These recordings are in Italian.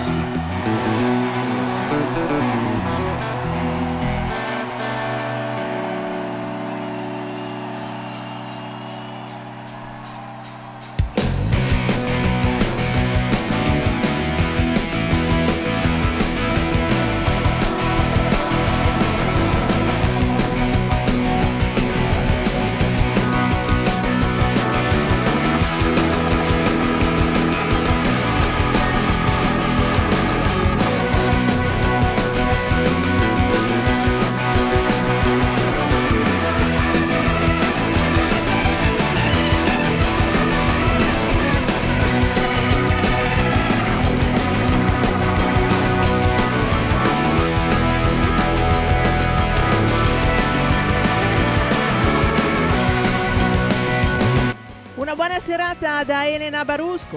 Buona serata da Elena Barusco.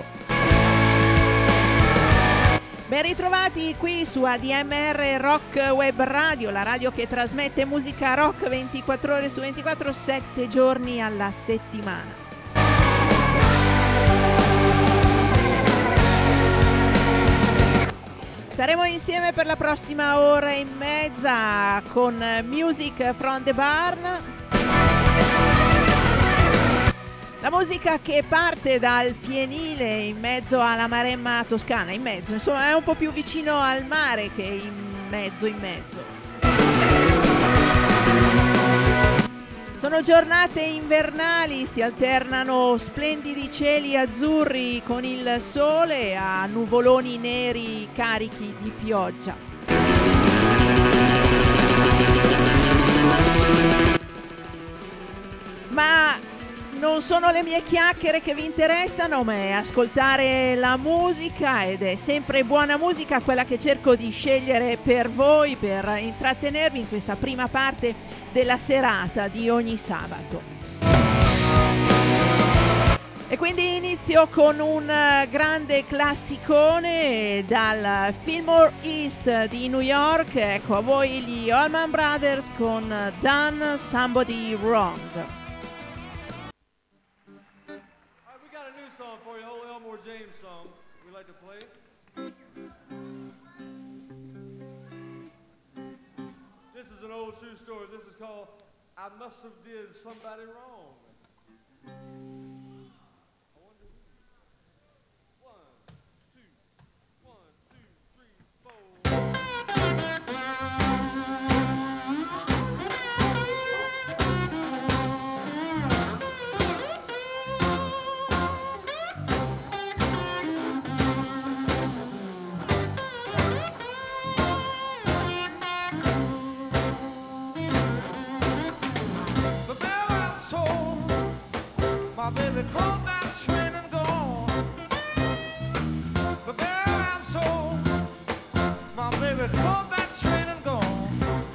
Ben ritrovati qui su ADMR Rock Web Radio, la radio che trasmette musica rock 24 ore su 24, 7 giorni alla settimana. Staremo insieme per la prossima ora e mezza con Music from the Barn. La musica che parte dal fienile in mezzo alla Maremma toscana, in mezzo, insomma è un po' più vicino al mare che in mezzo. Sono giornate invernali, si alternano splendidi cieli azzurri con il sole a nuvoloni neri carichi di pioggia. Ma non sono le mie chiacchiere che vi interessano, ma è ascoltare la musica, ed è sempre buona musica quella che cerco di scegliere per voi, per intrattenervi in questa prima parte della serata di ogni sabato. E quindi inizio con un grande classicone dal Fillmore East di New York. Ecco a voi gli Allman Brothers con Done Somebody Wrong. For you, old Elmore James song we like to play. This is an old true story. This is called I Must Have Did Somebody Wrong. I wonder. 1, 2, 1, 2, 3, 4. My baby caught that train and gone. The bell has told. My baby caught that train and gone.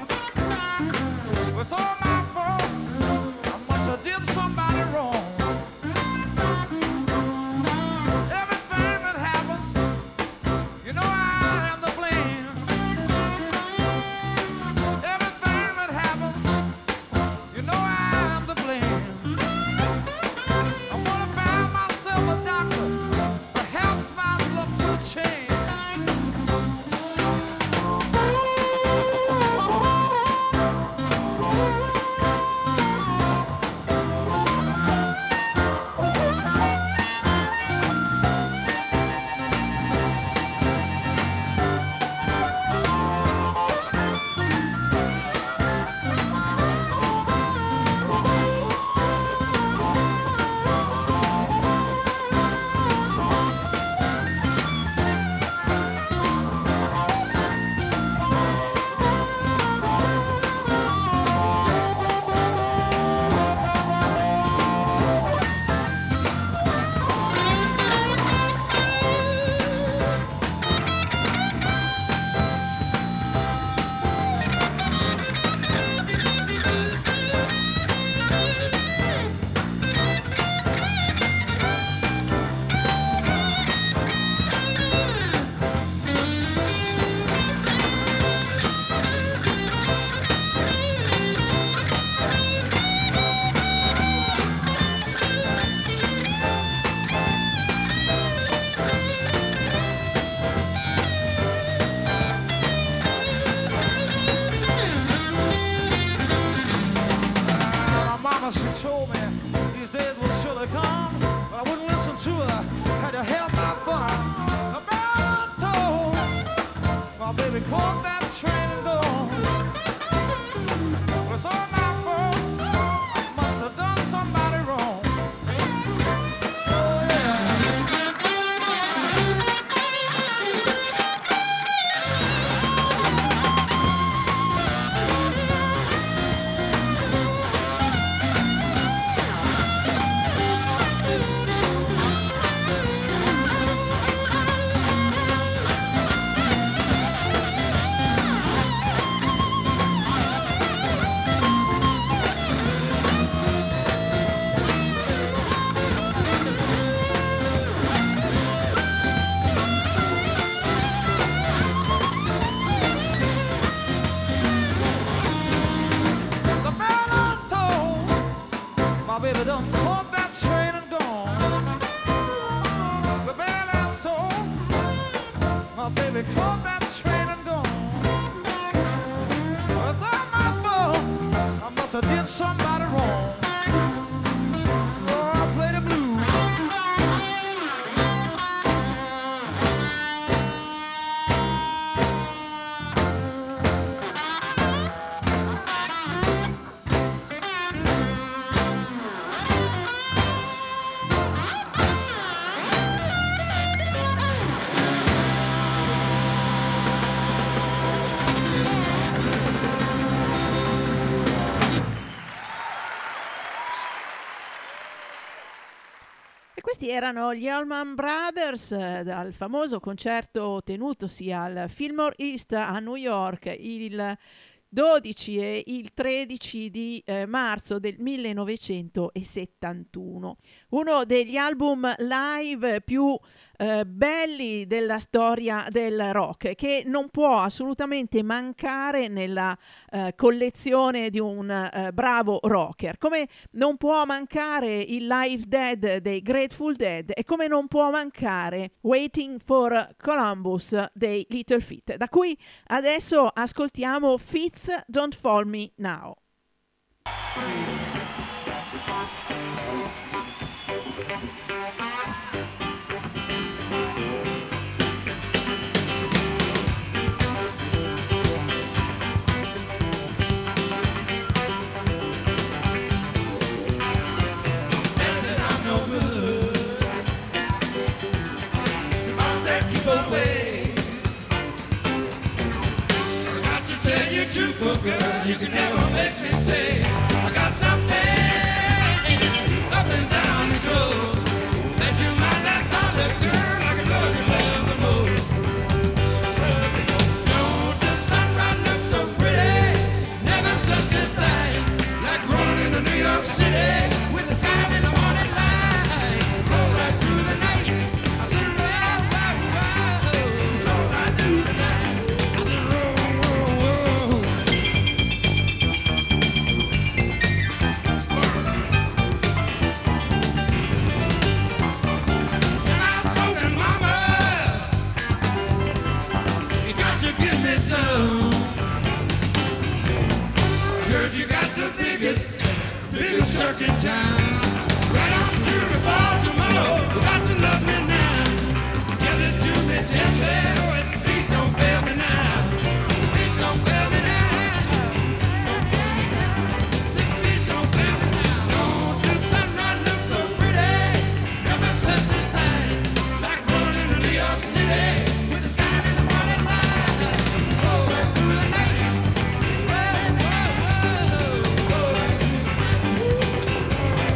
It's all my fault. I must have did somebody wrong. Everything that happens, you know I am to blame. Everything that happens, you know I am to blame. Perhaps my luck will change. baby caught that train and gone. It was all my fault. I must have done somebody wrong. Oh yeah. The bell has tolled. My baby done caught that train and gone. The bell has tolled. My baby caught that train and gone. It's all my fault. I must have did somebody wrong. Oh, I played the blues. E questi erano gli Allman Brothers dal famoso concerto tenutosi al Fillmore East a New York il 12 e il 13 di marzo del 1971. Uno degli album live più belli della storia del rock, che non può assolutamente mancare nella collezione di un bravo rocker, come non può mancare il Live Dead dei Grateful Dead e come non può mancare Waiting for Columbus dei Little Feat, da cui adesso ascoltiamo Fits Don't Fall Me Now. Girl, you can never make me stay. I got something up and down the road that you might not call a girl. I can love you the most. Don't the sunrise look so pretty? Never such a sight like rolling into New York City with the sky in the morning light. Roll right through the night. I said roll, roll, roll, roll right through the night. I said roll. Heard you got the biggest circuit town. Right on through to Baltimore. You got to love me now. Give it to me gently. Please don't fail me now. Please don't fail me now. Please don't fail me now. Don't the sunrise look so pretty? Never such a sight like rolling into New York City with the sky in the morning light. Roll right through the night. Whoa, whoa, whoa.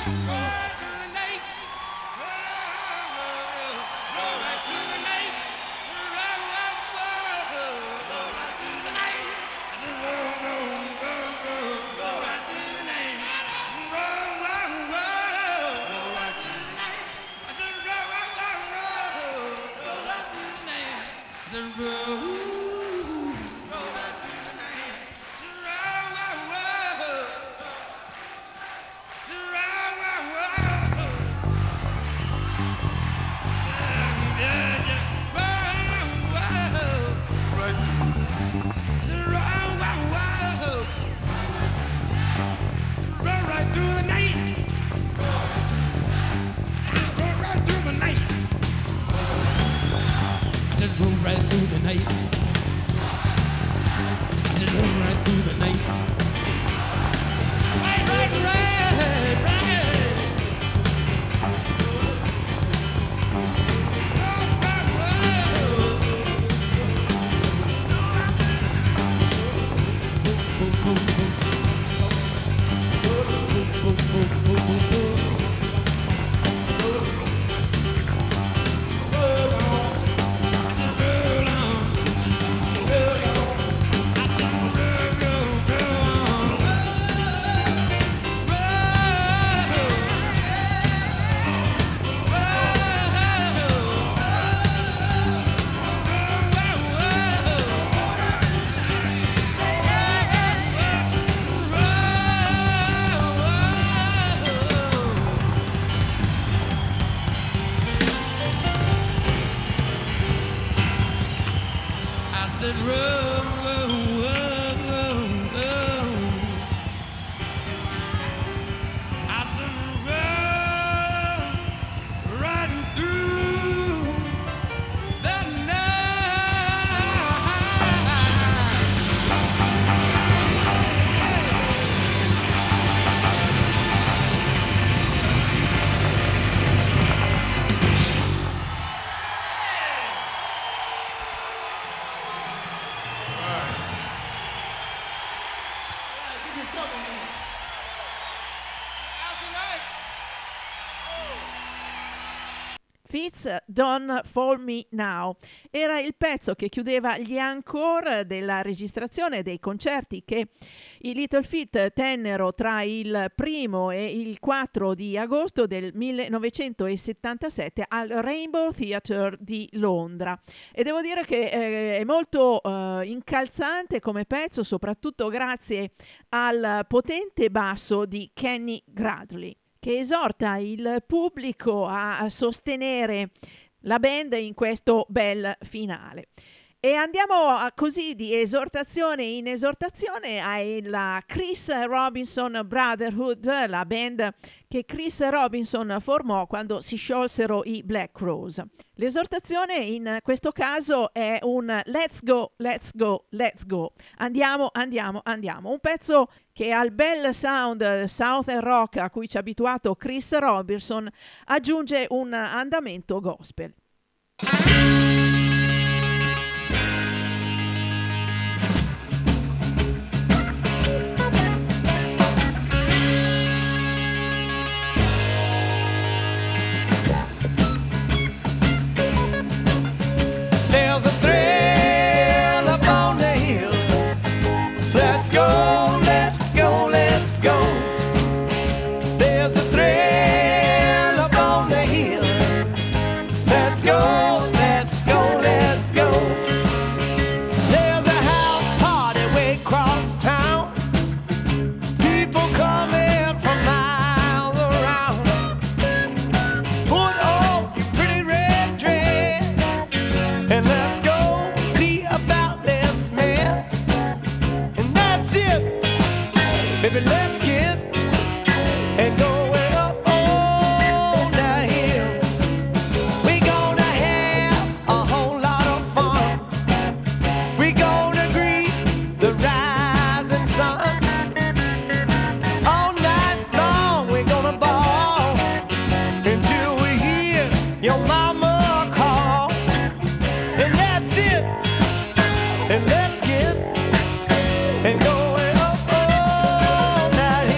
Fitz Don't Fall Me Now era il pezzo che chiudeva gli encore della registrazione dei concerti che i Little Feat tennero tra il 1 e il 4 di agosto del 1977 al Rainbow Theatre di Londra, e devo dire che è molto incalzante come pezzo, soprattutto grazie al potente basso di Kenny Gradley, che esorta il pubblico a sostenere la band in questo bel finale. E andiamo così di esortazione in esortazione alla Chris Robinson Brotherhood, la band che Chris Robinson formò quando si sciolsero i Black Crowes. L'esortazione in questo caso è un let's go, let's go, let's go. Andiamo, andiamo, andiamo. Un pezzo che al bel sound Southern rock a cui ci ha abituato Chris Robinson aggiunge un andamento gospel. There's a thrill up on the hill. Let's go, let's go, let's go. There's a thrill up on the hill. Let's go, let's go, let's go. There's a house party way across town. People coming from miles around. Put on your pretty red dress and let's go see about this man. And that's it, baby, let's get and going up on the hill. We gonna have a whole lot of fun. We gonna greet the rising sun. All night long we gonna ball until we hear your mama call. And that's it, and let's get and going up on that hill.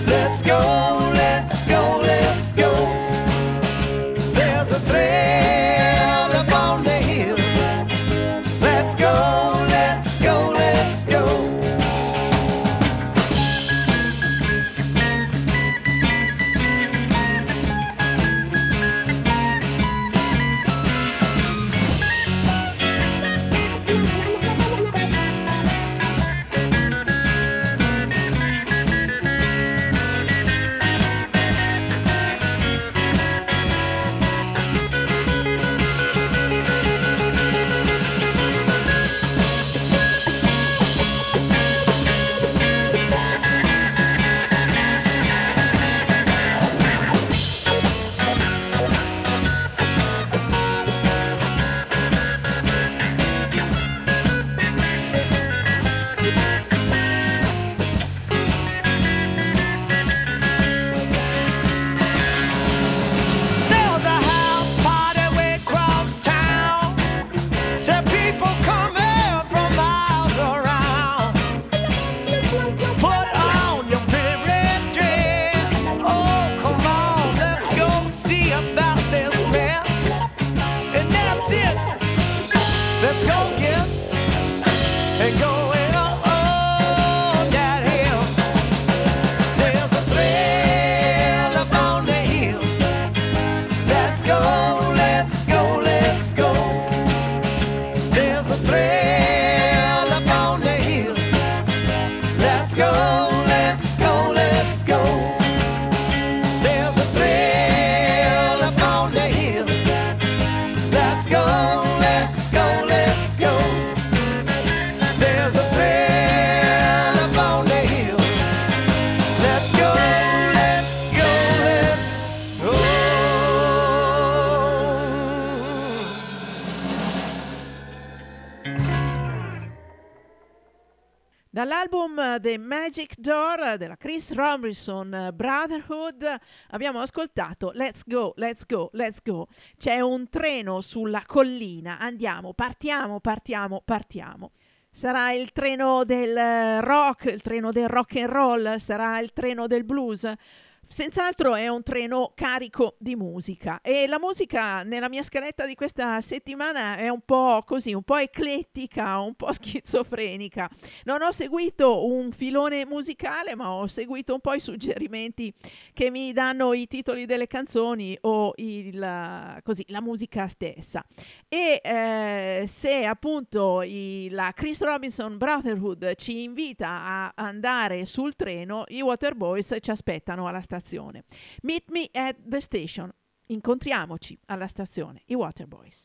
Let's go, let's go, let's go. There's a thrill up on the hill. Let's go, let's go, let's go. Dall'album The Magic Door della Chris Robinson Brotherhood abbiamo ascoltato Let's Go, Let's Go, Let's Go. C'è un treno sulla collina, andiamo, partiamo, partiamo, partiamo. Sarà il treno del rock, il treno del rock and roll, sarà il treno del blues. Senz'altro è un treno carico di musica e la musica nella mia scaletta di questa settimana è un po' così, un po' eclettica, un po' schizofrenica. Non ho seguito un filone musicale, ma ho seguito un po' i suggerimenti che mi danno i titoli delle canzoni o così, la musica stessa. E se appunto la Chris Robinson Brotherhood ci invita a andare sul treno, i Waterboys ci aspettano alla stazione. Meet me at the station. Incontriamoci alla stazione, i Waterboys.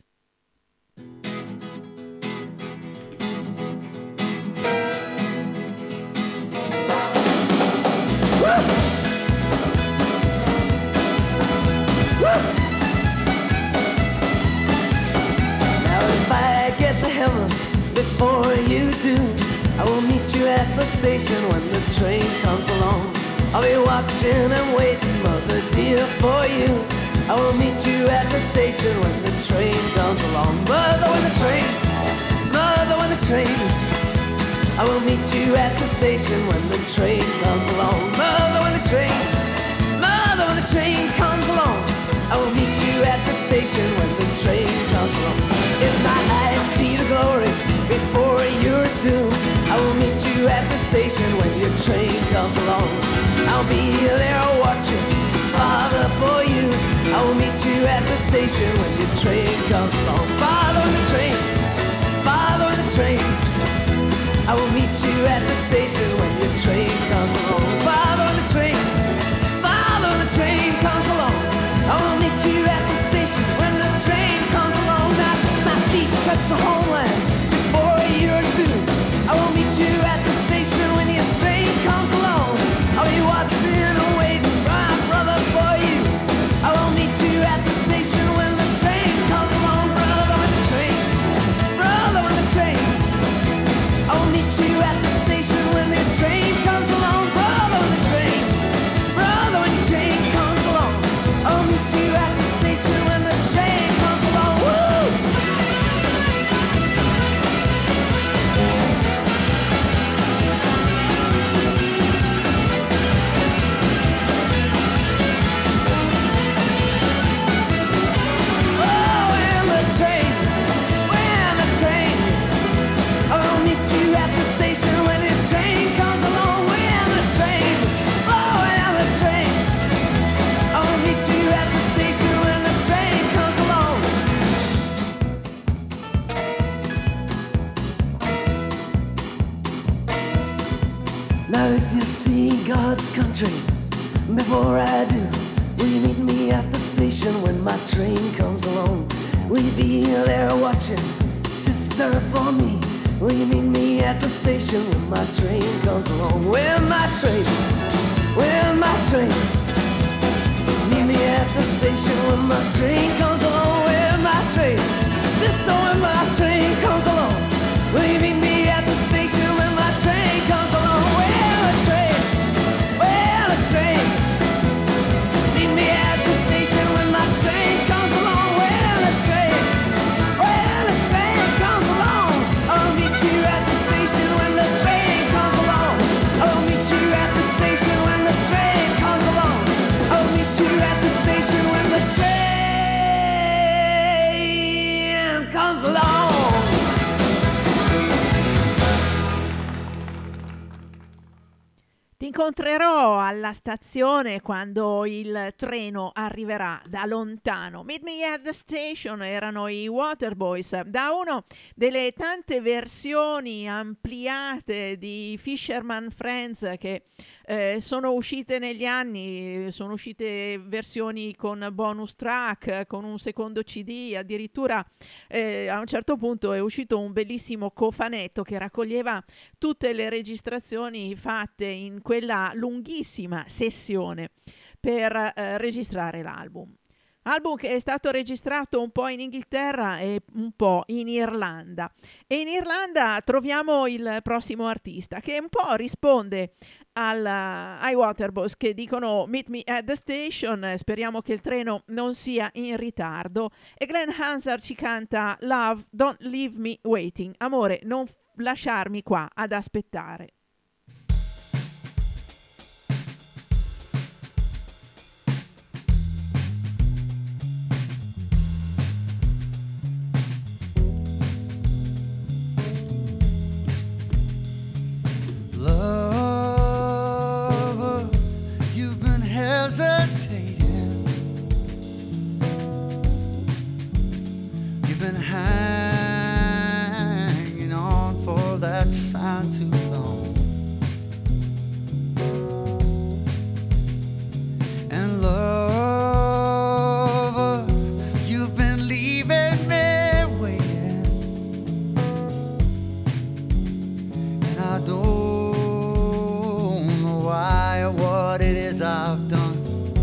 Now if I get to heaven before you do, I will meet you at the station when the train comes along. I'll be watching and waiting, mother dear, for you. I will meet you at the station when the train comes along. Mother, when the train, mother, when the train. I will meet you at the station when the train comes along. Mother, when the train, mother, when the train comes along. I will meet you at the station when the train comes along. If my eyes see the glory before yours do, I will meet you at the station when your train comes along. I'll be there watching, Father, for you. I will meet you at the station when your train comes along. Father, on the train, Father, on the train. I will meet you at the station when your train comes along. Father, on the train, Father, on the train comes along. I will meet you at the station when the train comes along. Now my feet touch the homeland before yours do. I will meet you at the station when your train comes along. I'll be watching and waiting, my brother, for you. I will meet you at the station when the train comes along. Brother, when the train, concentrate before I do. Will you meet me at the station when my train comes along? Will you be there watching, sister, for me? Will you meet me at the station when my train comes along? Well, my train, meet me at the station when my train comes along. Well, my train, sister, when my train comes along. Will you meet me at the station when my train comes along? Well, a train, meet me at the station when my train comes along. Well, a train comes along. I'll meet you at the station when the train comes along. I'll meet you at the station when the train comes along. I'll meet you at the station when the train comes along. Ti incontrerò alla stazione quando il treno arriverà da lontano. Meet me at the station erano i Waterboys, da uno delle tante versioni ampliate di Fisherman Friends che sono uscite negli anni. Sono uscite versioni con bonus track, con un secondo CD, addirittura a un certo punto è uscito un bellissimo cofanetto che raccoglieva tutte le registrazioni fatte in quella lunghissima sessione per registrare l'album. Album che è stato registrato un po' in Inghilterra e un po' in Irlanda. E in Irlanda troviamo il prossimo artista che un po' risponde ai Waterboys che dicono meet me at the station, speriamo che il treno non sia in ritardo, e Glenn Hansard ci canta Love, don't leave me waiting, amore, non lasciarmi qua ad aspettare. Lover, you've been hesitating. You've been hanging on for that sign too long. And lover, you've been leaving me waiting. And I don't what it is I've done.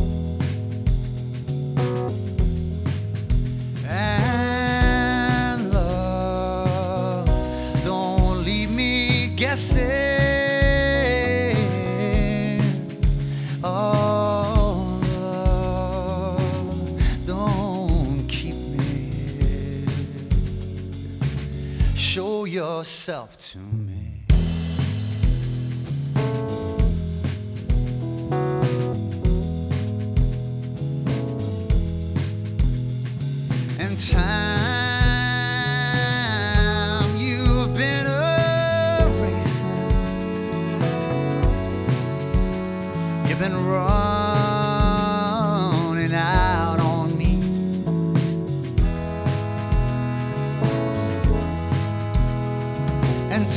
And love, don't leave me guessing. Oh, love, don't keep me here. Show yourself to me. Time you've been erasing, you've been running out on me, and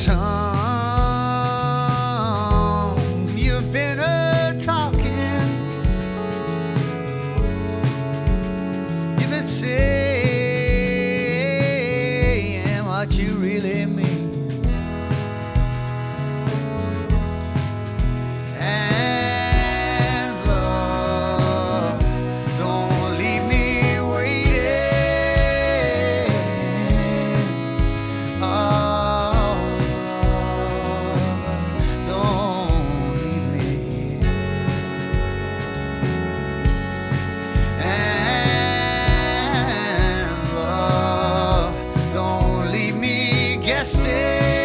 tongues you've been talking, you've been saying what you really mean. And love, don't leave me waiting. Oh, love, don't leave me here. And love, don't leave me guessing.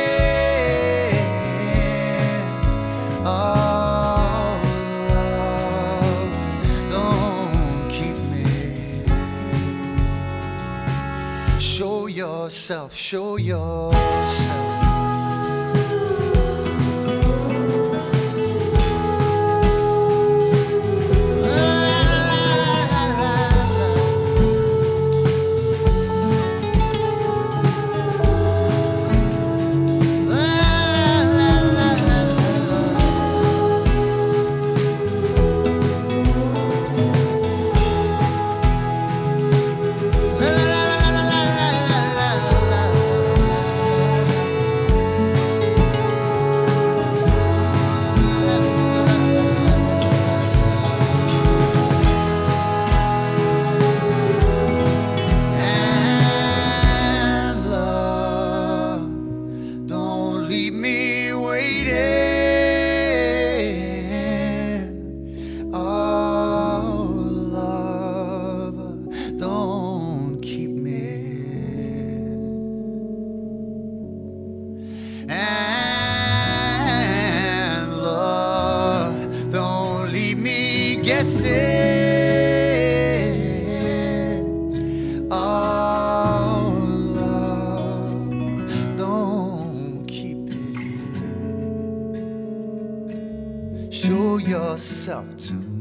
Oh, love, don't keep me. Show yourself, show yourself. Yes, oh, love, don't keep it. Show yourself to me.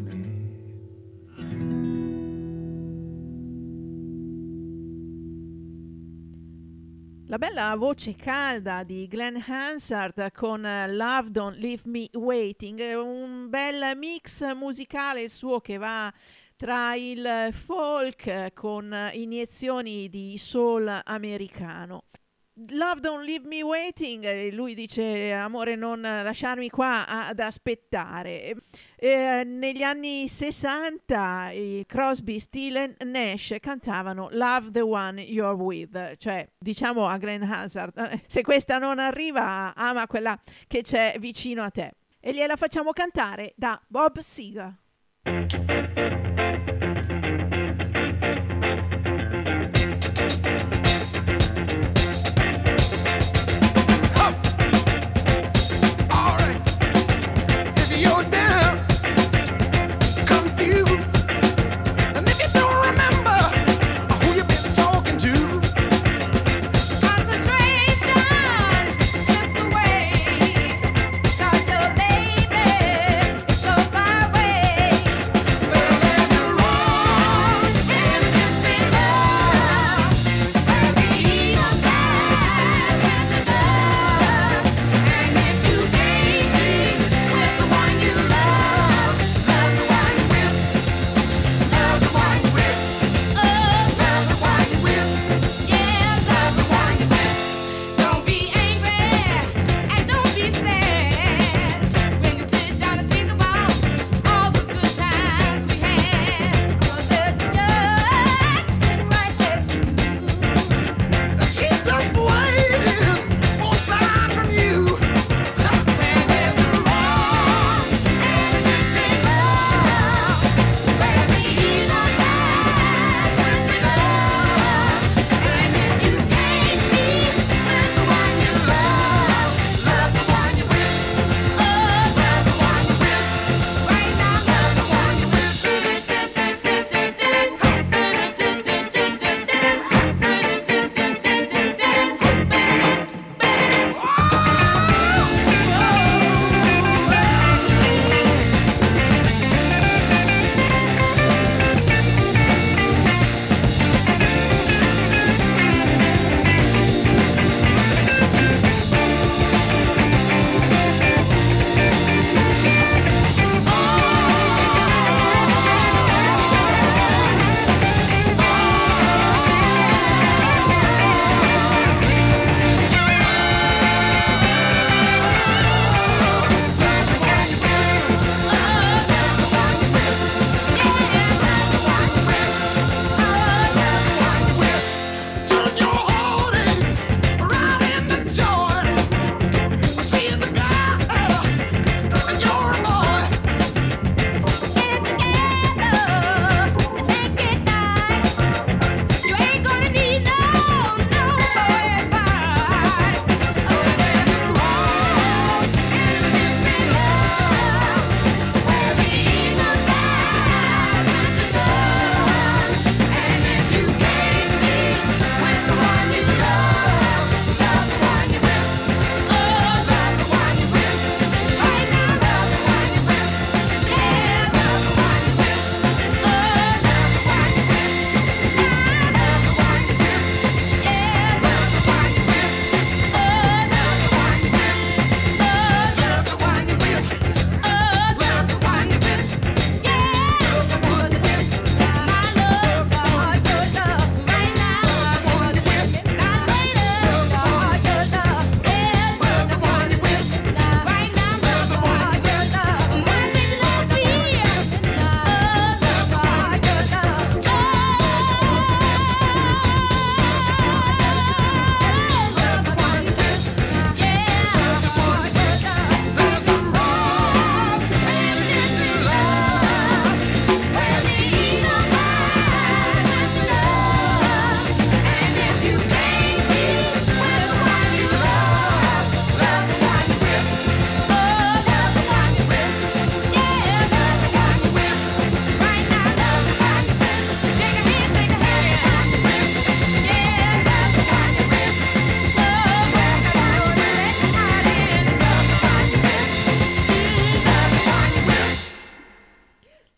La bella voce calda di Glenn Hansard con Love Don't Leave Me Waiting, un bel mix musicale il suo che va tra il folk con iniezioni di soul americano. Love Don't Leave Me Waiting, lui dice amore non lasciarmi qua ad aspettare. Negli anni 60 i Crosby, Stills e Nash cantavano Love the One You're With, cioè diciamo a Glenn Hansard se questa non arriva ama quella che c'è vicino a te, e gliela facciamo cantare da Bob Seger. Well, there's a road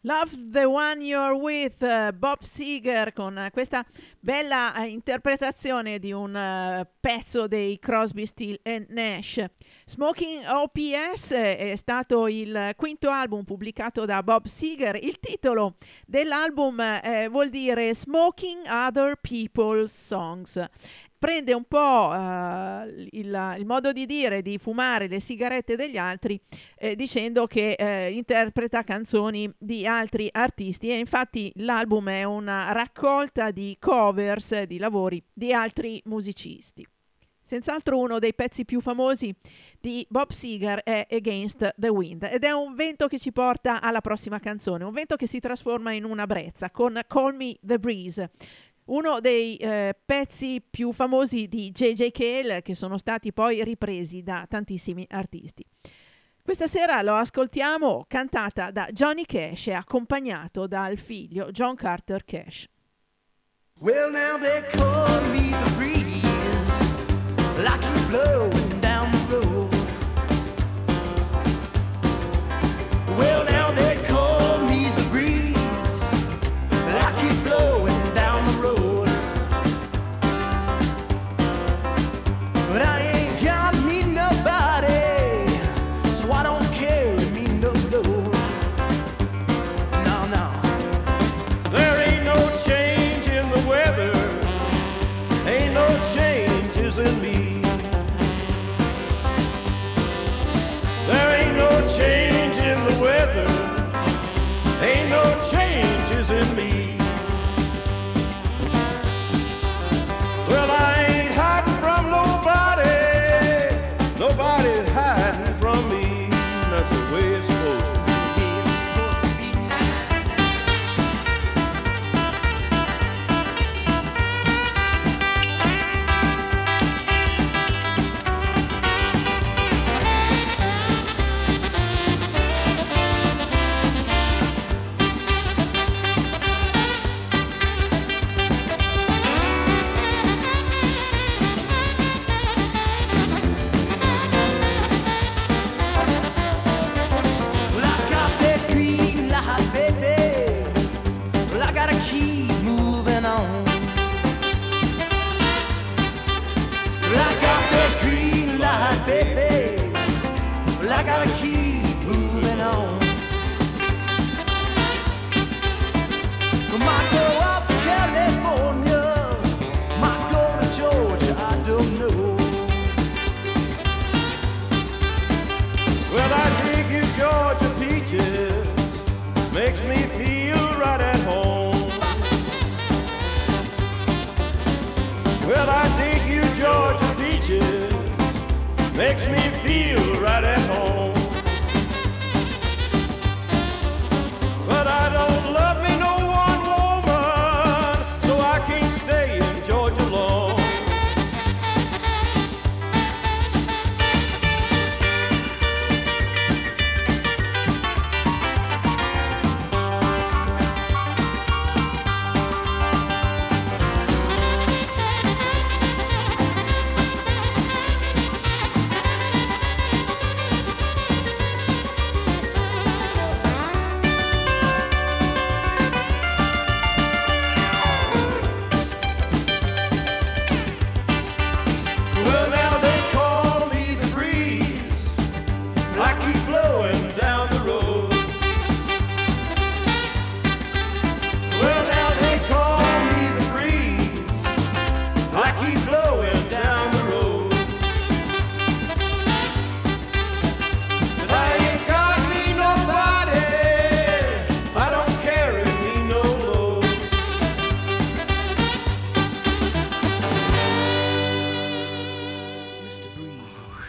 Love the One You're With, Bob Seger, con questa bella interpretazione di un pezzo dei Crosby, Still and Nash. Smoking OPS è stato il quinto album pubblicato da Bob Seger. Il titolo dell'album vuol dire Smoking Other People's Songs. Prende un po' il modo di dire di fumare le sigarette degli altri, dicendo che interpreta canzoni di altri artisti, e infatti l'album è una raccolta di covers di lavori di altri musicisti. Senz'altro uno dei pezzi più famosi di Bob Seger è Against the Wind, ed è un vento che ci porta alla prossima canzone, un vento che si trasforma in una brezza con Call Me the Breeze, uno dei pezzi più famosi di J.J. Cale, che sono stati poi ripresi da tantissimi artisti. Questa sera lo ascoltiamo cantata da Johnny Cash e accompagnato dal figlio John Carter Cash. Well, now they call me the breeze, like you blowing down the road. Well, now they call me the breeze, like you blowing down the road. But I ain't got me nobody, so I don't care me no load. No, no. There ain't no change in the weather, ain't no changes in me. There ain't no change in the weather, ain't no changes in me. Well, I ain't hiding from nobody, nobody's hiding from me. That's the way it's supposed to be. It's supposed to be. Well, I got that green light, baby. Well, I gotta keep moving on. Well, I got that green light, baby. Well, I gotta keep moving on. I might go up to California, might go to Georgia, I don't know. Well, I dig you Georgia peaches, makes me feel right at home. Well, I dig you Georgia peaches, makes me feel right at home. But I don't love me no one woman, so I can't stay in Georgia long. Well, now they call me the breeze, I keep blowing down the road. Well, now they call me the breeze, I keep blowing down the road. But I ain't got me nobody, I don't carry me no load. Mr. Breeze.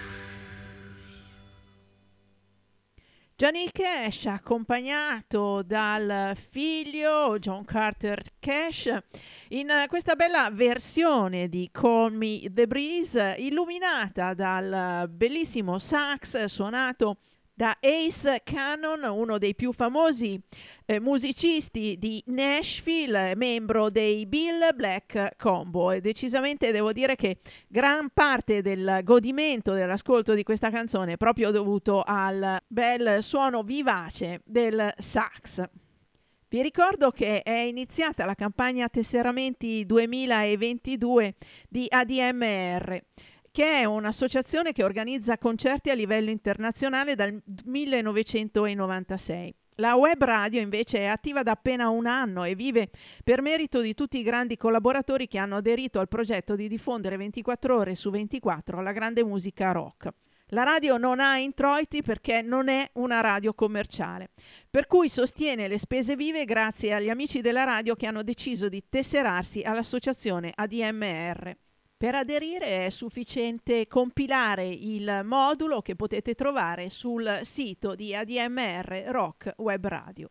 Johnny Cash accompagnato dal figlio John Carter Cash in questa bella versione di Call Me the Breeze, illuminata dal bellissimo sax suonato da Ace Cannon, uno dei più famosi musicisti di Nashville, membro dei Bill Black Combo. E decisamente devo dire che gran parte del godimento dell'ascolto di questa canzone è proprio dovuto al bel suono vivace del sax. Vi ricordo che è iniziata la campagna Tesseramenti 2022 di ADMR, che è un'associazione che organizza concerti a livello internazionale dal 1996. La web radio invece è attiva da appena un anno e vive per merito di tutti i grandi collaboratori che hanno aderito al progetto di diffondere 24 ore su 24 la grande musica rock. La radio non ha introiti perché non è una radio commerciale, per cui sostiene le spese vive grazie agli amici della radio che hanno deciso di tesserarsi all'associazione ADMR. Per aderire è sufficiente compilare il modulo che potete trovare sul sito di ADMR Rock Web Radio.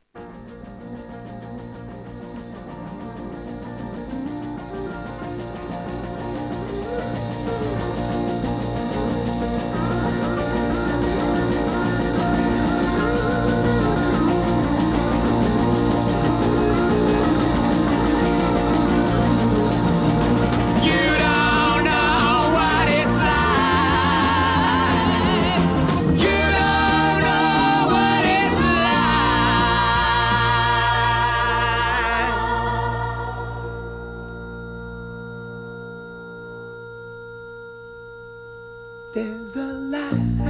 There's a light,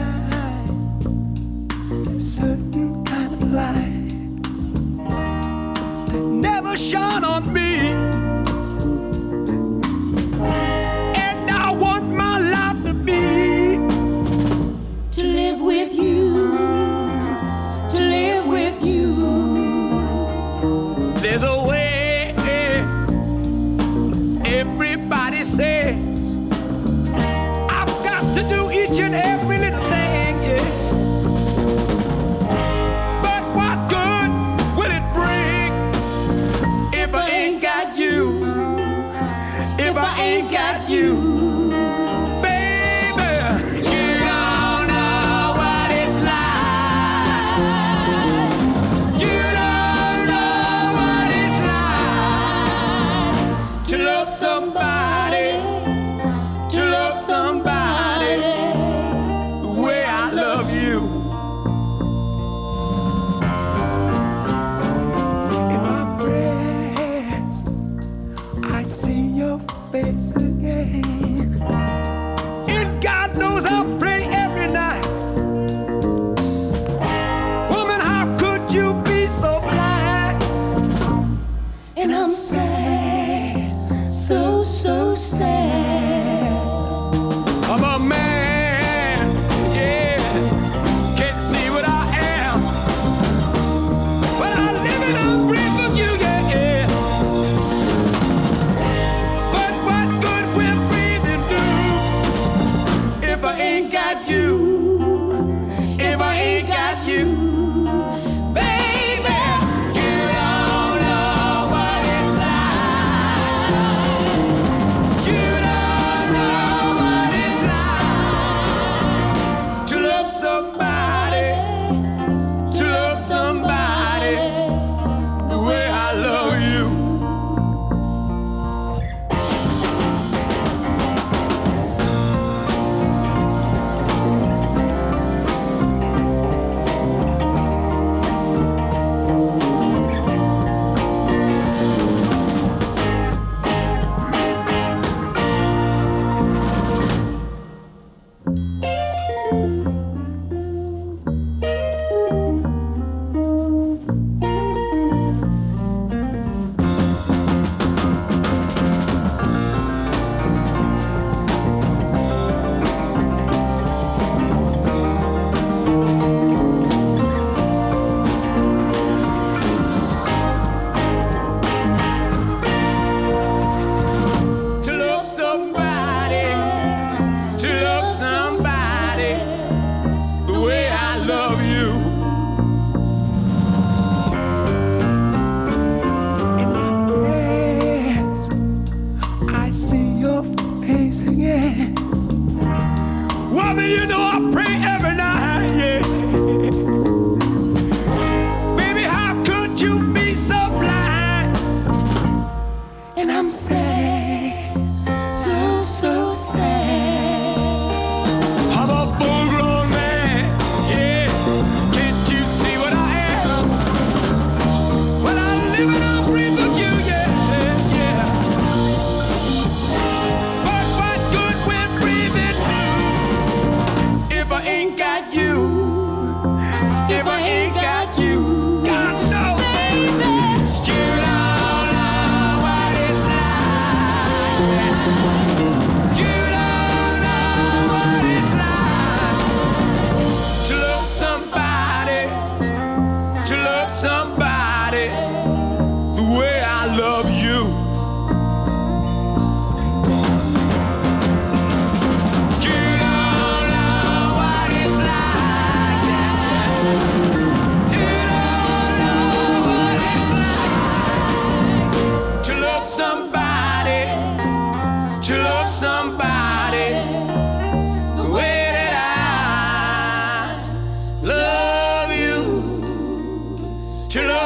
a certain kind of light that never shone on me, and I want my life to be To live with you, to live with you. There's a way, everybody says I've got to do each and every little thing, yeah. But what good will it bring if I ain't got you? If I ain't got you, baby, you don't know what it's like. You don't know what it's like to love somebody, to love somebody the way I love you. In my prayers, I see your face again, and God knows I pray every night. Woman, how could you be so blind? And I'm sad, so, so sad. I'm a man, yeah, can't see what I am, but I live and I breathe for you, yeah, yeah. But what good will breathing do if I ain't got you? If I ain't got you, baby, you don't know what it's like.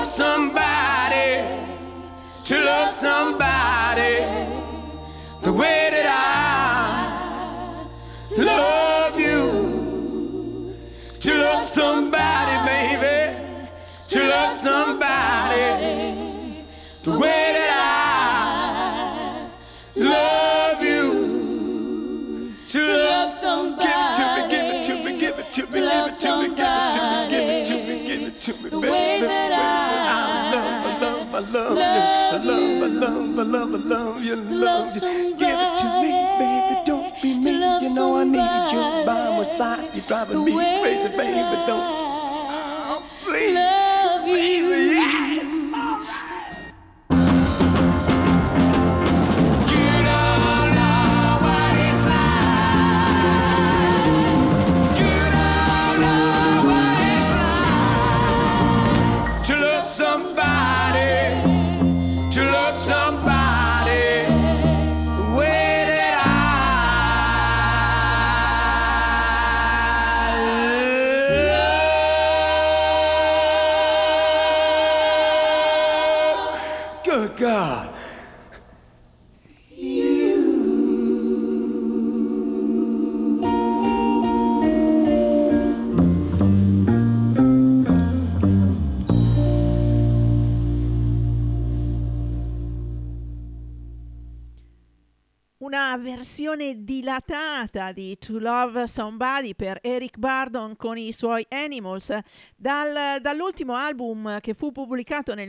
love somebody, to love somebody the way that I love you. To love somebody, baby, to love somebody the way that I love you. To love somebody, give it to me, give it to me, give it to me, give it to me, give it to me, give it to me, the way that I love you, love you. Give it to me, baby, don't be me. You know I need you by my side. You're driving me crazy, baby, don't. Please, love you. Yeah. God. Una versione dilatata di To Love Somebody per Eric Burdon con i suoi Animals dall'ultimo album che fu pubblicato nel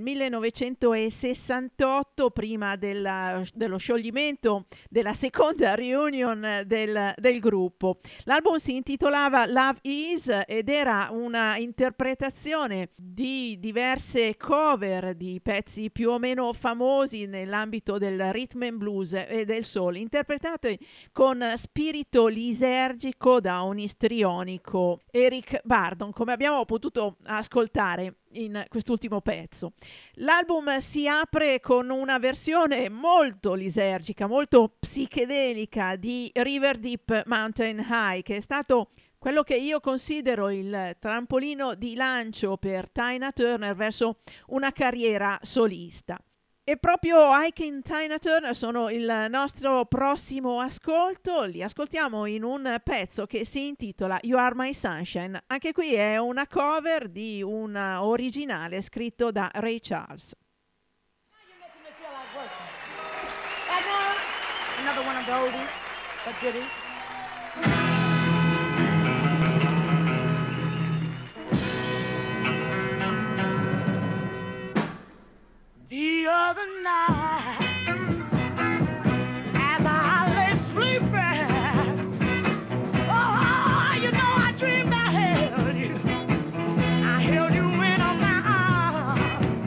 1968 prima dello scioglimento della seconda reunion del gruppo. L'album si intitolava Love Is ed era una interpretazione di diverse cover di pezzi più o meno famosi nell'ambito del rhythm and blues e del soul, interpretate con spirito lisergico da un istrionico Eric Burdon, come abbiamo potuto ascoltare in quest'ultimo pezzo. L'album si apre con una versione molto lisergica, molto psichedelica di River Deep Mountain High, che è stato quello che io considero il trampolino di lancio per Tina Turner verso una carriera solista. E proprio Ike e Tina Turner sono il nostro prossimo ascolto. Li ascoltiamo in un pezzo che si intitola You Are My Sunshine. Anche qui è una cover di un originale scritto da Ray Charles. Another one of the oldies, but goodies. The other night, as I lay sleeping, oh, you know I dreamed I held you. I held you in my arms.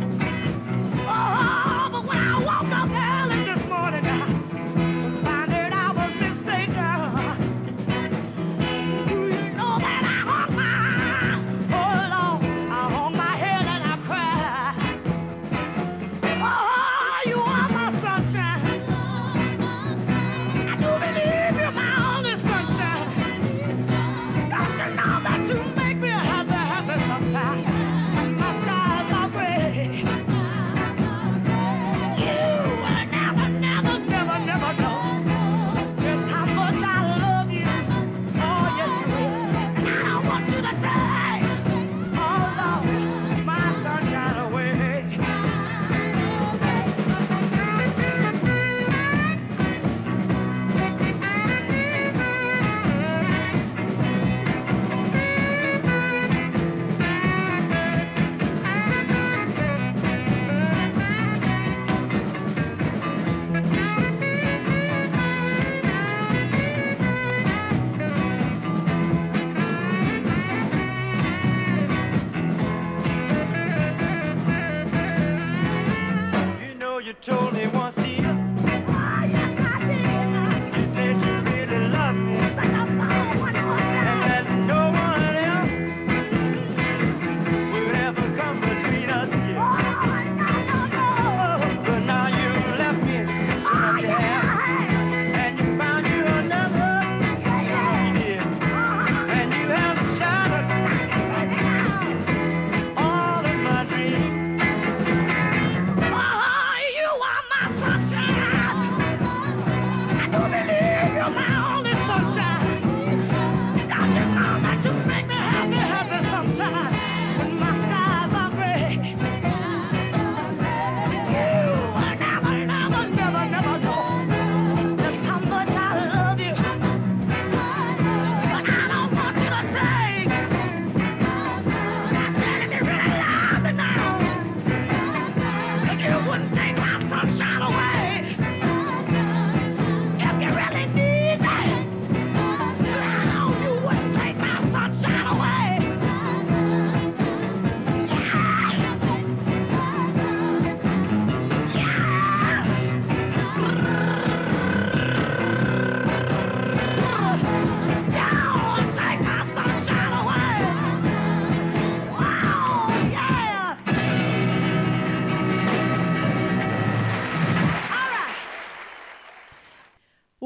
Oh, but when I woke up early this morning, I found that I was mistaken. Do you know that I hung my, oh Lord, I hung my head and I cried. Oh, you are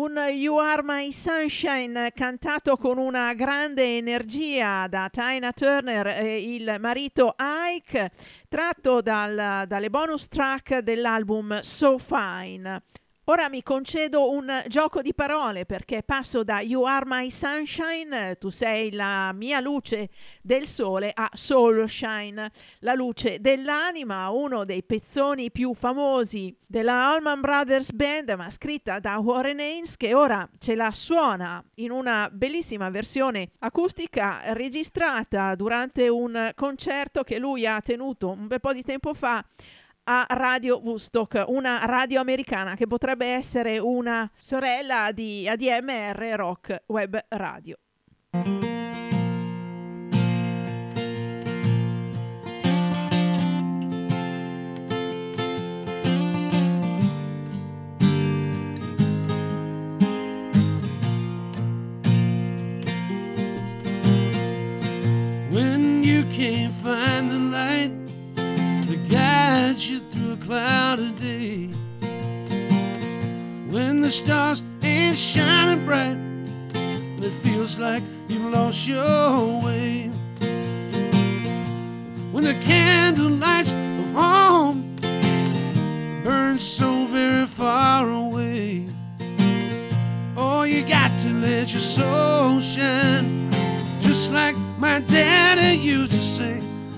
Un You Are My Sunshine cantato con una grande energia da Tina Turner e il marito Ike, tratto dalle bonus track dell'album So Fine. Ora mi concedo un gioco di parole perché passo da You Are My Sunshine, tu sei la mia luce del sole, a Soulshine, la luce dell'anima, uno dei pezzoni più famosi della Allman Brothers Band, ma scritta da Warren Haynes, che ora ce la suona in una bellissima versione acustica registrata durante un concerto che lui ha tenuto un bel po' di tempo fa a Radio Woodstock, una radio americana che potrebbe essere una sorella di ADMR Rock Web Radio. When you can't find the light that guides you through a cloudy day, when the stars ain't shining bright and it feels like you've lost your way, when the candle lights of home burn so very far away, oh, you got to let your soul shine, just like my daddy used to say.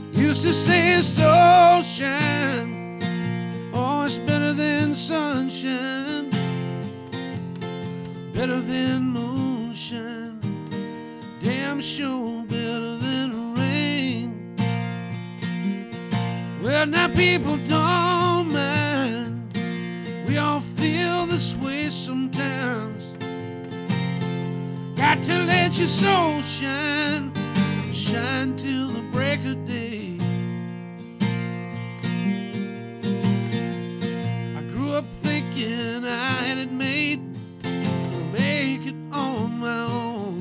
Soul shine, oh, it's better than sunshine, better than moonshine, damn sure better than rain. Well, now people don't mind, we all feel this way sometimes. Got to let your soul shine, shine till the break of day. Up thinking I had it made to make it on my own,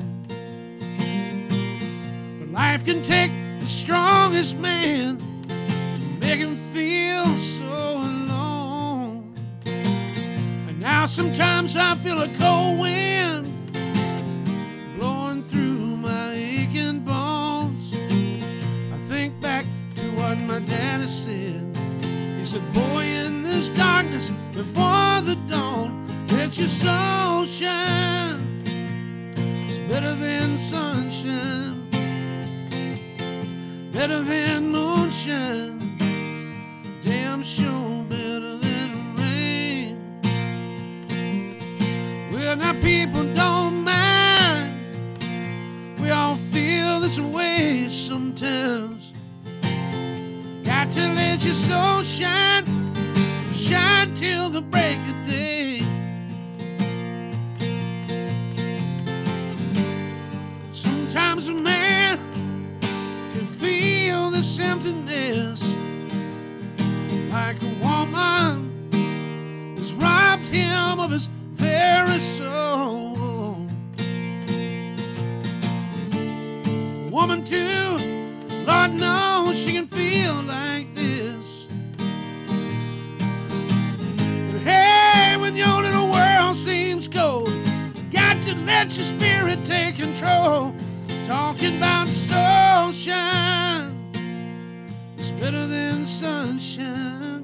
but life can take the strongest man and make him feel so alone. And now sometimes I feel a cold wind blowing through my aching bones. I think back to what my daddy said. He said, boy, in this darkness before the dawn, let your soul shine. It's better than sunshine, better than moonshine, damn sure better than rain. Well, now people don't mind, we all feel this way sometimes. Got to let your soul shine, shine till the break of day. Sometimes a man can feel this emptiness, like a woman has robbed him of his very soul. A woman too, Lord knows she can feel like this. But hey, when your little world seems cold, got to let your spirit take control. Talking about sunshine, it's better than sunshine,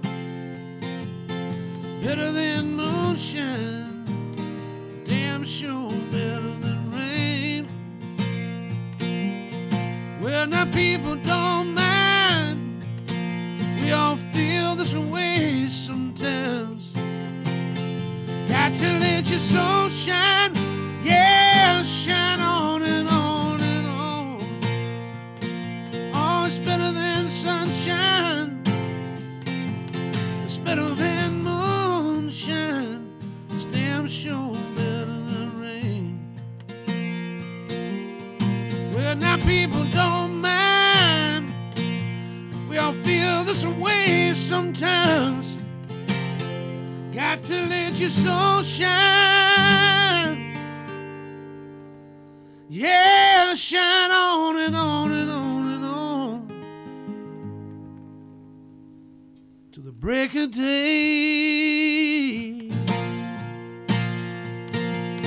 better than moonshine, damn sure better than rain. Well, now people don't mind, we all feel this way sometimes. Got to let your soul shine, yeah, shine on and on and on. Oh, it's better than sunshine, it's better than moonshine, it's damn sure better than rain. Well, now people don't mind, we all feel this way sometimes. Got to let your soul shine, yeah, shine on and on and on and on to the break of day.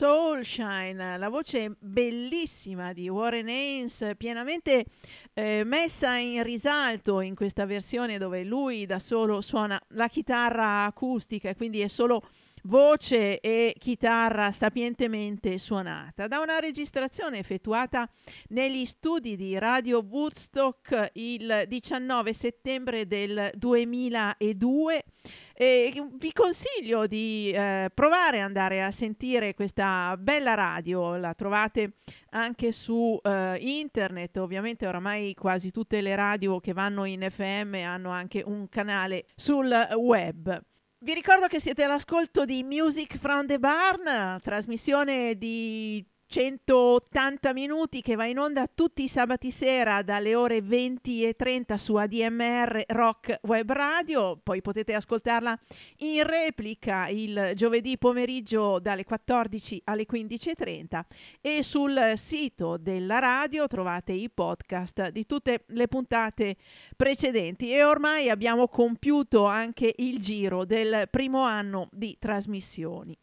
Soulshine, la voce bellissima di Warren Haynes, pienamente messa in risalto in questa versione dove lui da solo suona la chitarra acustica e quindi è solo voce e chitarra sapientemente suonata, da una registrazione effettuata negli studi di Radio Woodstock il 19 settembre del 2002. Vi consiglio di provare ad andare a sentire questa bella radio, la trovate anche su internet, ovviamente oramai quasi tutte le radio che vanno in FM hanno anche un canale sul web. Vi ricordo che siete all'ascolto di Music from the Barn, trasmissione di 180 minuti che va in onda tutti i sabati sera dalle ore 20:30 su ADMR Rock Web Radio. Poi potete ascoltarla in replica il giovedì pomeriggio dalle 14 alle 15:30 e sul sito della radio trovate i podcast di tutte le puntate precedenti. E ormai abbiamo compiuto anche il giro del primo anno di trasmissioni.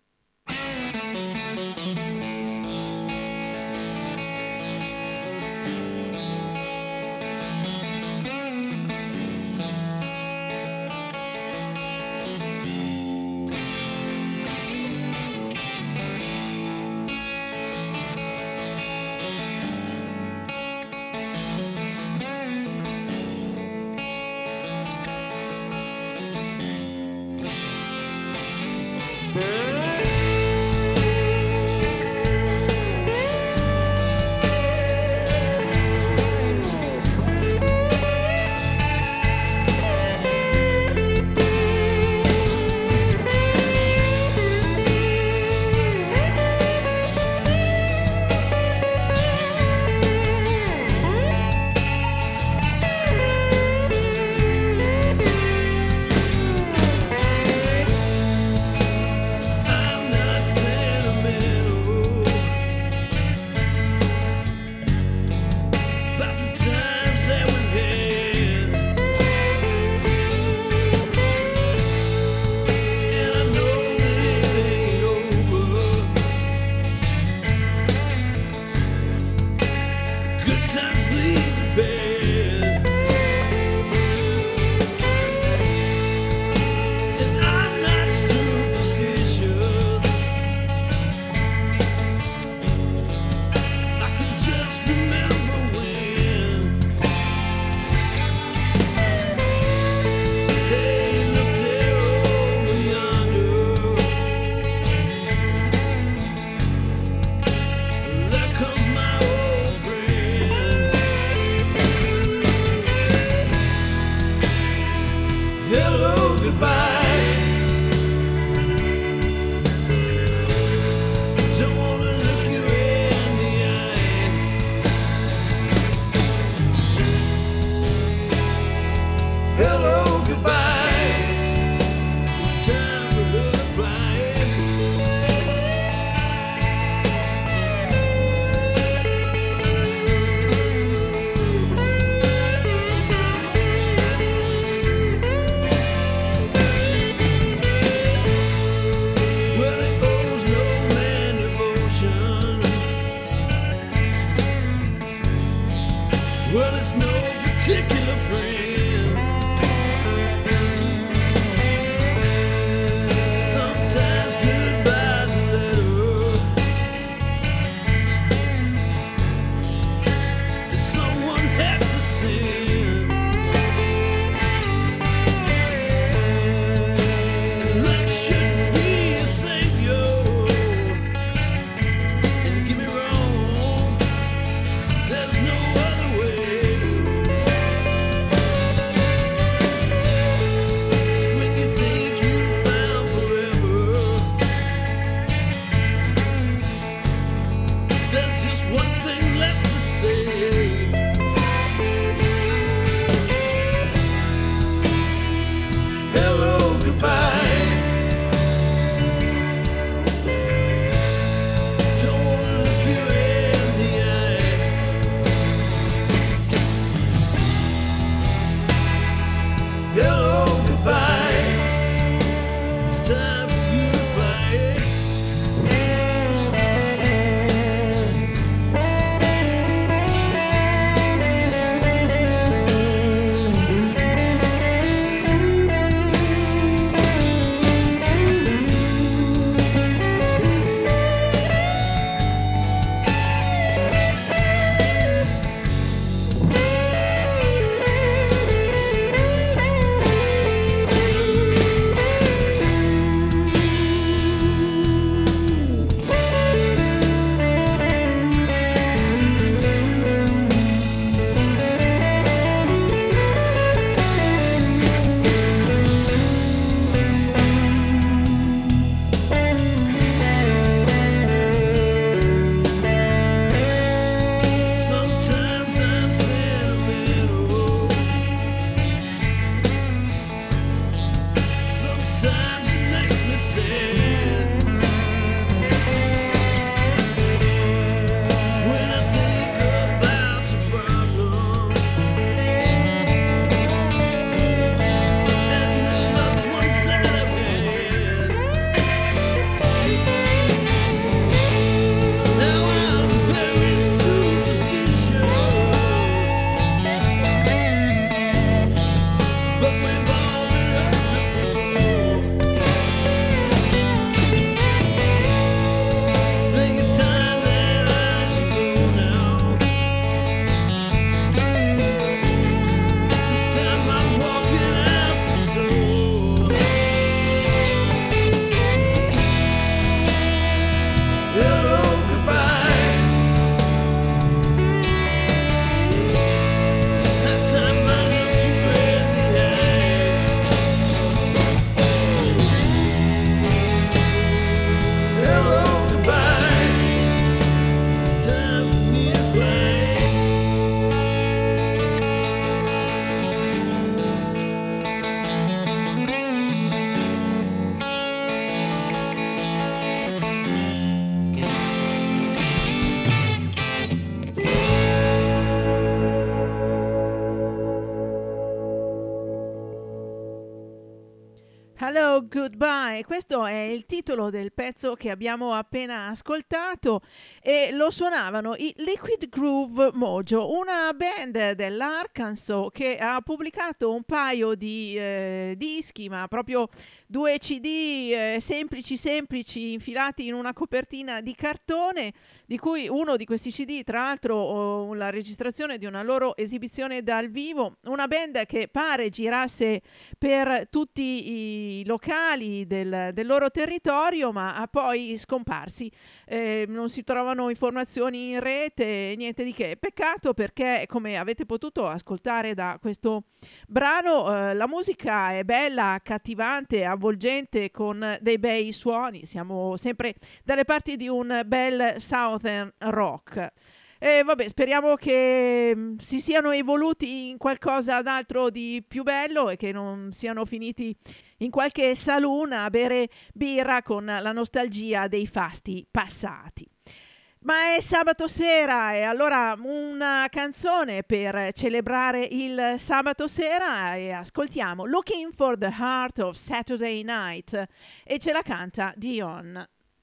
Hello, Goodbye, questo è il titolo del pezzo che abbiamo appena ascoltato e lo suonavano i Liquid Groove Mojo, una band dell'Arkansas che ha pubblicato un paio di dischi, ma proprio 2 CD semplici infilati in una copertina di cartone, di cui uno di questi CD tra l'altro la registrazione di una loro esibizione dal vivo, una band che pare girasse per tutti i locali del loro territorio, ma ha poi scomparsi. Non si trovano informazioni in rete, niente di che. Peccato, perché come avete potuto ascoltare da questo brano, la musica è bella, accattivante, avvolgente, con dei bei suoni. Siamo sempre dalle parti di un bel Southern rock. E vabbè, speriamo che si siano evoluti in qualcosa d'altro di più bello e che non siano finiti in qualche saloon a bere birra con la nostalgia dei fasti passati. Ma è sabato sera e allora una canzone per celebrare il sabato sera, e ascoltiamo Looking for the Heart of Saturday Night e ce la canta Dion.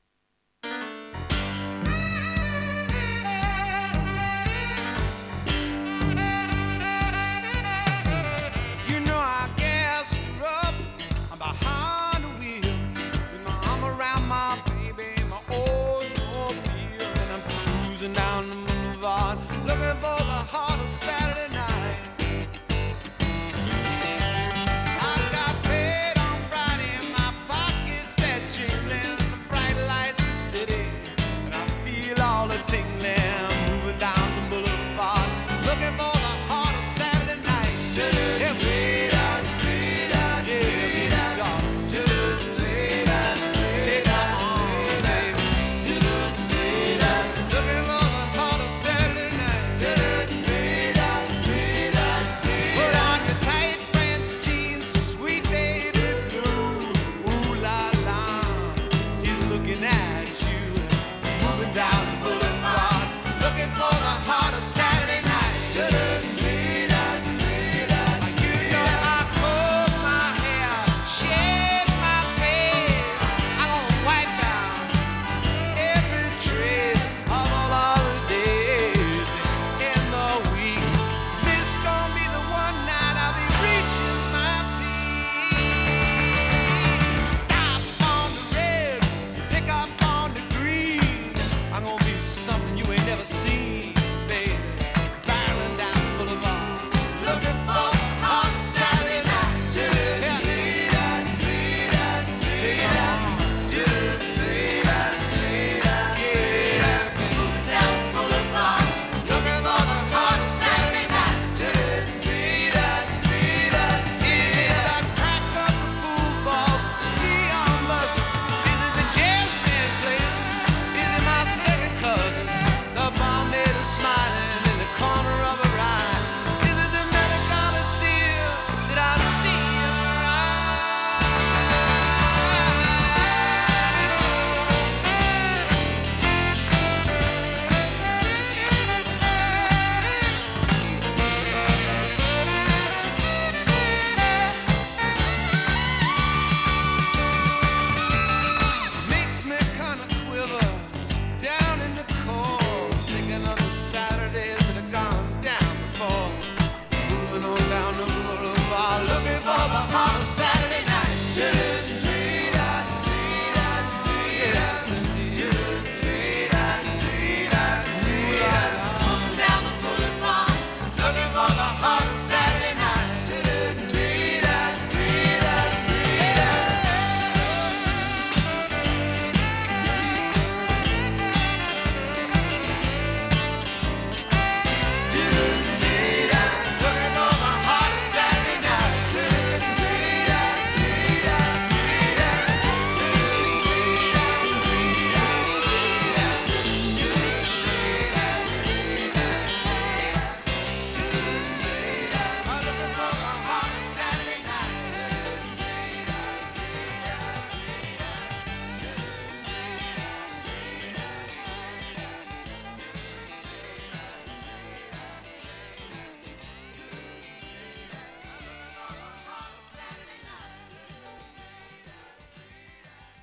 You know I gassed her up. I'm behind the wheel with my arm around my baby, my Oldsmobile, and I'm cruising down the boulevard looking for the heart of Saturday night. I got paid on Friday, my pockets that jingling, the bright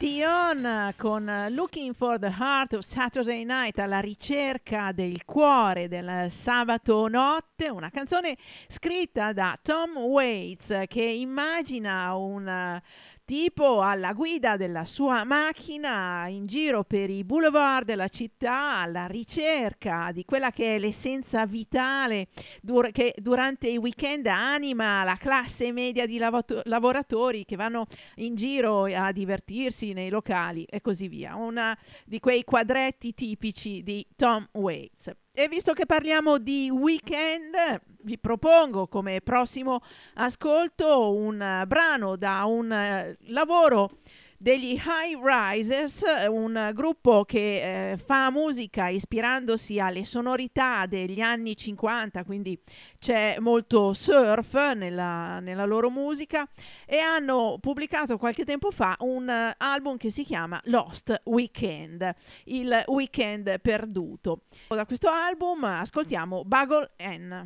Dion con Looking for the Heart of Saturday Night, alla ricerca del cuore del sabato notte, una canzone scritta da Tom Waits che immagina un tipo alla guida della sua macchina in giro per i boulevard della città alla ricerca di quella che è l'essenza vitale che durante i weekend anima la classe media di lavoratori che vanno in giro a divertirsi nei locali e così via. Una di quei quadretti tipici di Tom Waits. E visto che parliamo di weekend, vi propongo come prossimo ascolto un brano da un lavoro degli High Risers, un gruppo che fa musica ispirandosi alle sonorità degli anni 50, quindi c'è molto surf nella loro musica, e hanno pubblicato qualche tempo fa un album che si chiama Lost Weekend, il weekend perduto. Da questo album ascoltiamo Bugle N.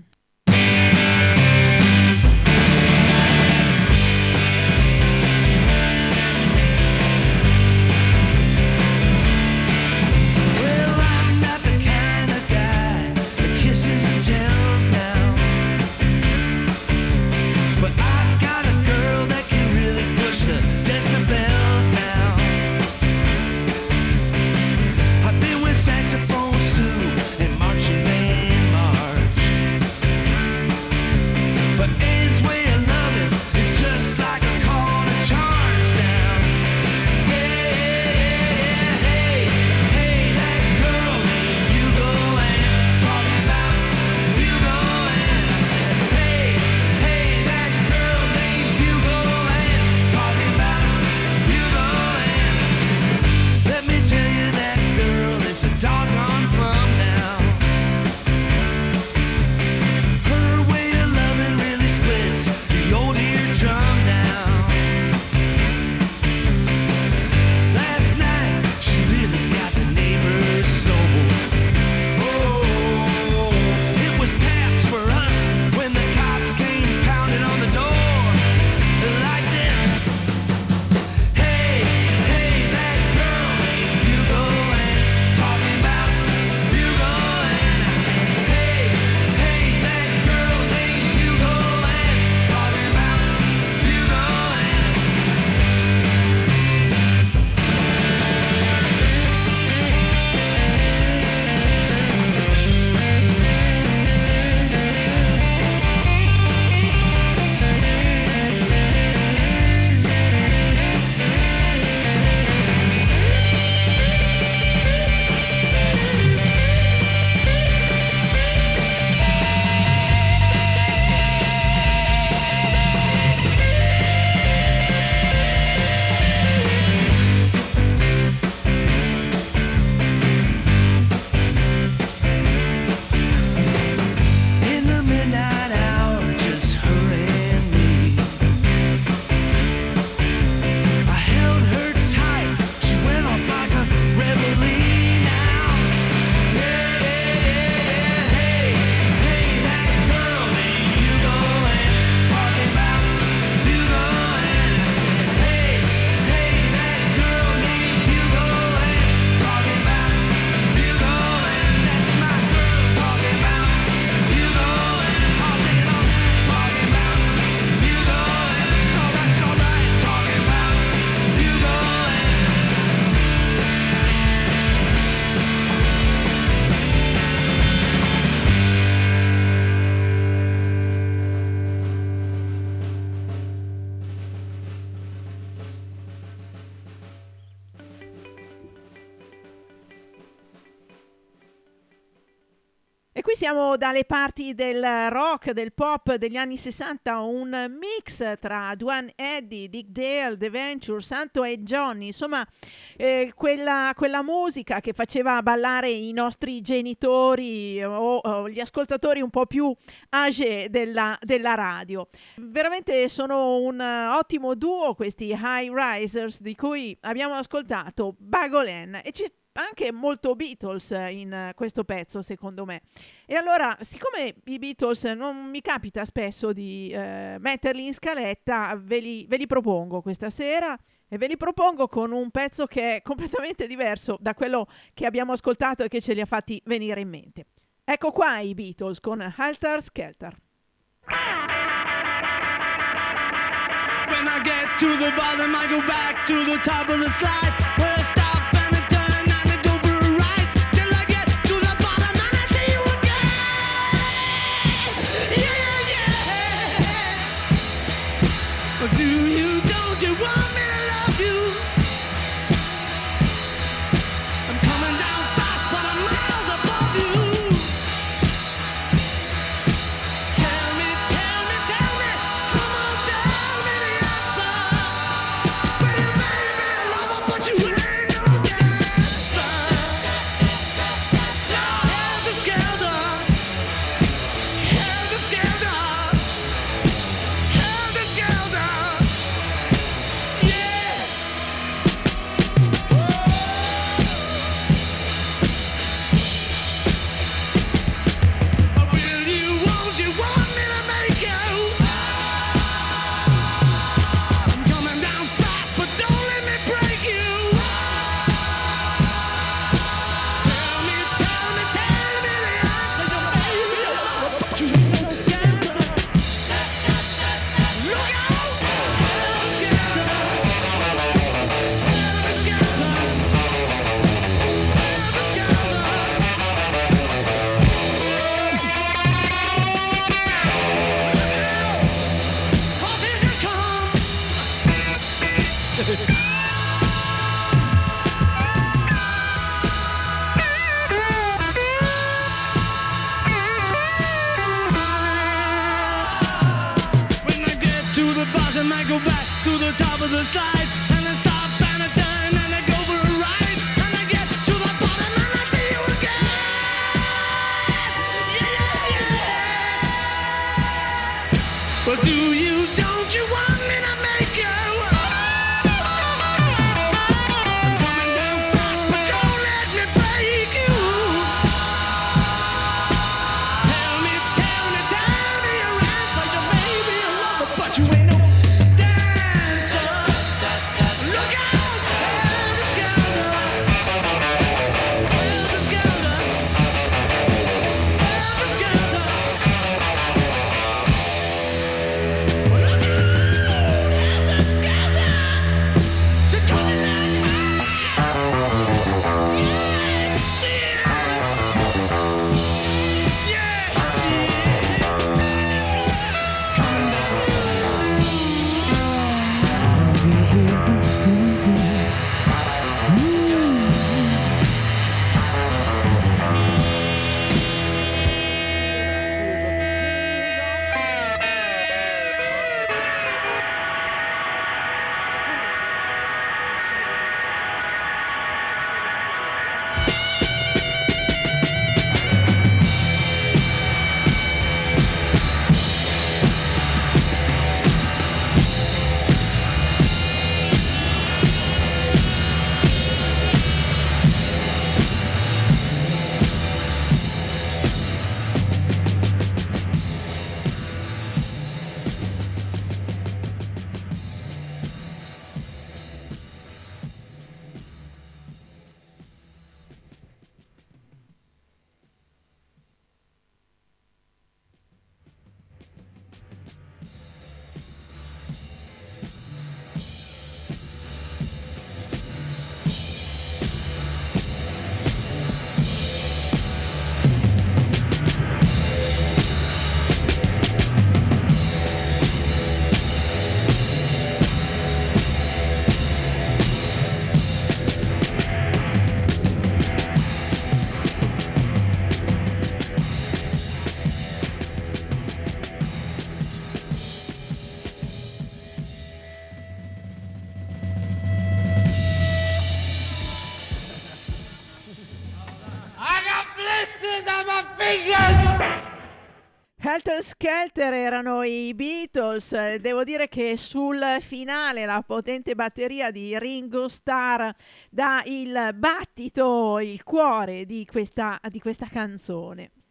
E qui siamo dalle parti del rock, del pop degli anni 60, un mix tra Duane Eddy, Dick Dale, The Venture, Santo e Johnny, insomma quella musica che faceva ballare i nostri genitori o gli ascoltatori un po' più âgés della radio. Veramente sono un ottimo duo questi High Risers, di cui abbiamo ascoltato Bugle N, e c'è anche molto Beatles in questo pezzo, secondo me. E allora, siccome i Beatles non mi capita spesso di metterli in scaletta, ve li propongo questa sera. E ve li propongo con un pezzo che è completamente diverso da quello che abbiamo ascoltato e che ce li ha fatti venire in mente. Ecco qua i Beatles con Helter Skelter. When I get to the bottom, I go back to the top of the slide. Where I stop and I turn and I go for a ride. Till I get to the bottom and I see you again. Yeah, yeah. But do you, don't you want me to love you? I'm coming down fast, but I'm miles above you. Tell me, tell me, tell me, come on, tell me the answer. Will you make me a lover, but you ain't no dancer? Now helter skelter, helter skelter, helter skelter, yeah. But will you, won't you want me to make you? I'm coming down fast, but don't let me break you. Tell me, tell me, tell me the answer, baby. You ain't no dancer. Look out! Helter skelter, helter skelter, helter skelter. Cause here you come. When I get to the bottom, I go back to the top of the slide. And I stop and I turn and I go for a ride. And I get to the bottom and I see you again. Yeah, yeah. But do you, don't you want me to make you? I'm coming down fast, but don't let me break you. Tell me, tell me, tell me your answer. You may be a lover, but you ain't no dancer. Look out, helter skelter, helter skelter, helter skelter. Look out, helter skelter. You're coming down fast. Yes, yeah. Yes, Helter Skelter erano i Beatles. Devo dire che sul finale la potente batteria di Ringo Starr dà il battito, il cuore di questa canzone.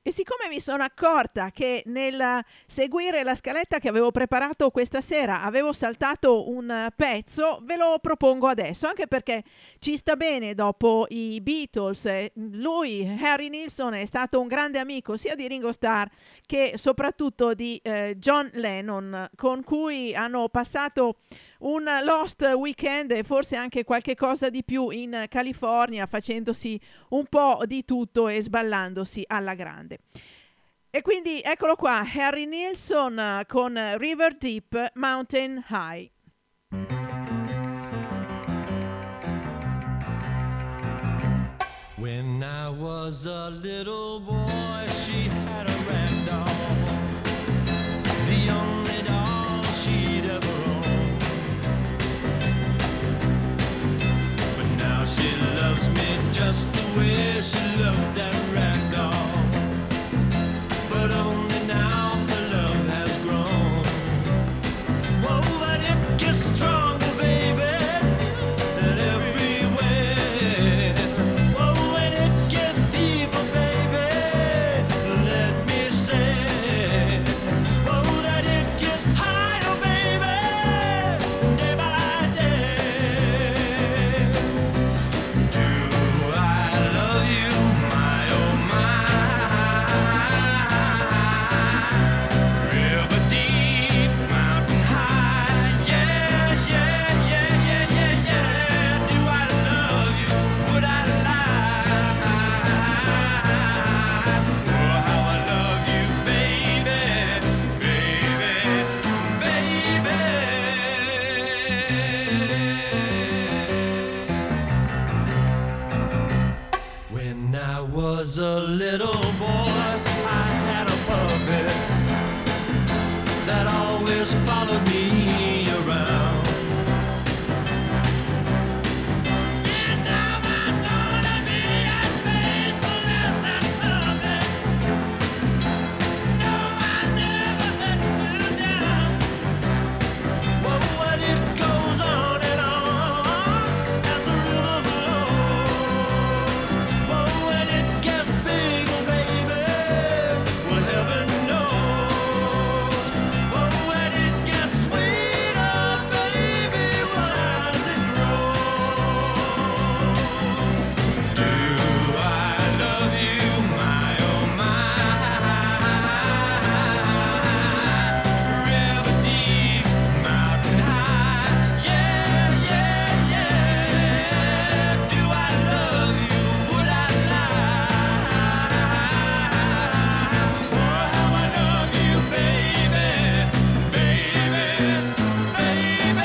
E siccome mi sono accorta che nel seguire la scaletta che avevo preparato questa sera avevo saltato un pezzo, ve lo propongo adesso, anche perché ci sta bene dopo i Beatles. Lui, Harry Nilsson, è stato un grande amico sia di Ringo Starr che soprattutto di John Lennon, con cui hanno passato un Lost Weekend e forse anche qualche cosa di più in California, facendosi un po' di tutto e sballandosi alla grande. E quindi eccolo qua, Harry Nilsson con River Deep, Mountain High. When I was a little boy, she had a rag doll, the only doll she'd ever owned. But now she loves me just the way she loved that rag doll. But only now her love has grown. Whoa, but it gets stronger, baby. Was a little boy, I had a puppet that always followed me around. And now I'm gonna be as faithful as that puppet. No, I never let you down. Well, when it goes on and on as the river flows, well, when it gets big, oh baby, well, heaven knows. Well, when it gets sweeter, baby, well, as it grows. Do I love you, my, oh my? River deep, mountain high, yeah, yeah, yeah. Do I love you, would I lie? Oh, how I love you, baby, baby, baby.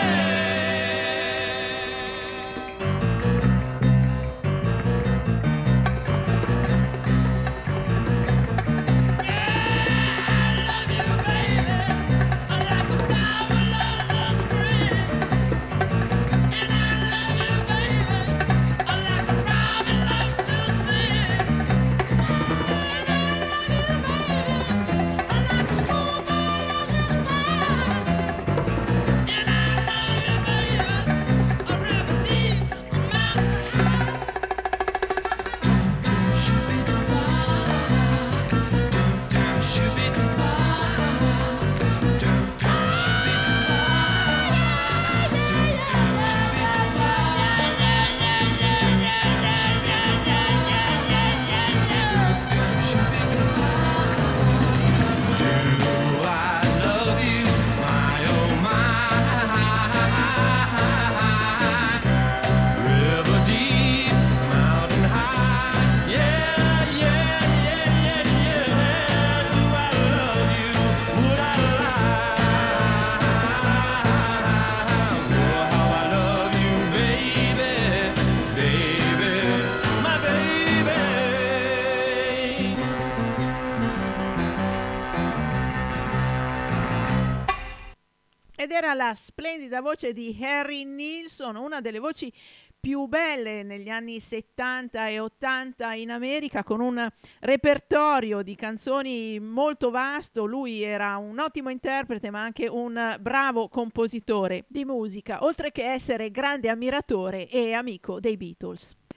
Ed era la splendida voce di Harry Nilsson, una delle voci più belle negli anni 70 e 80 in America, con un repertorio di canzoni molto vasto. Lui era un ottimo interprete ma anche un bravo compositore di musica, oltre che essere grande ammiratore e amico dei Beatles.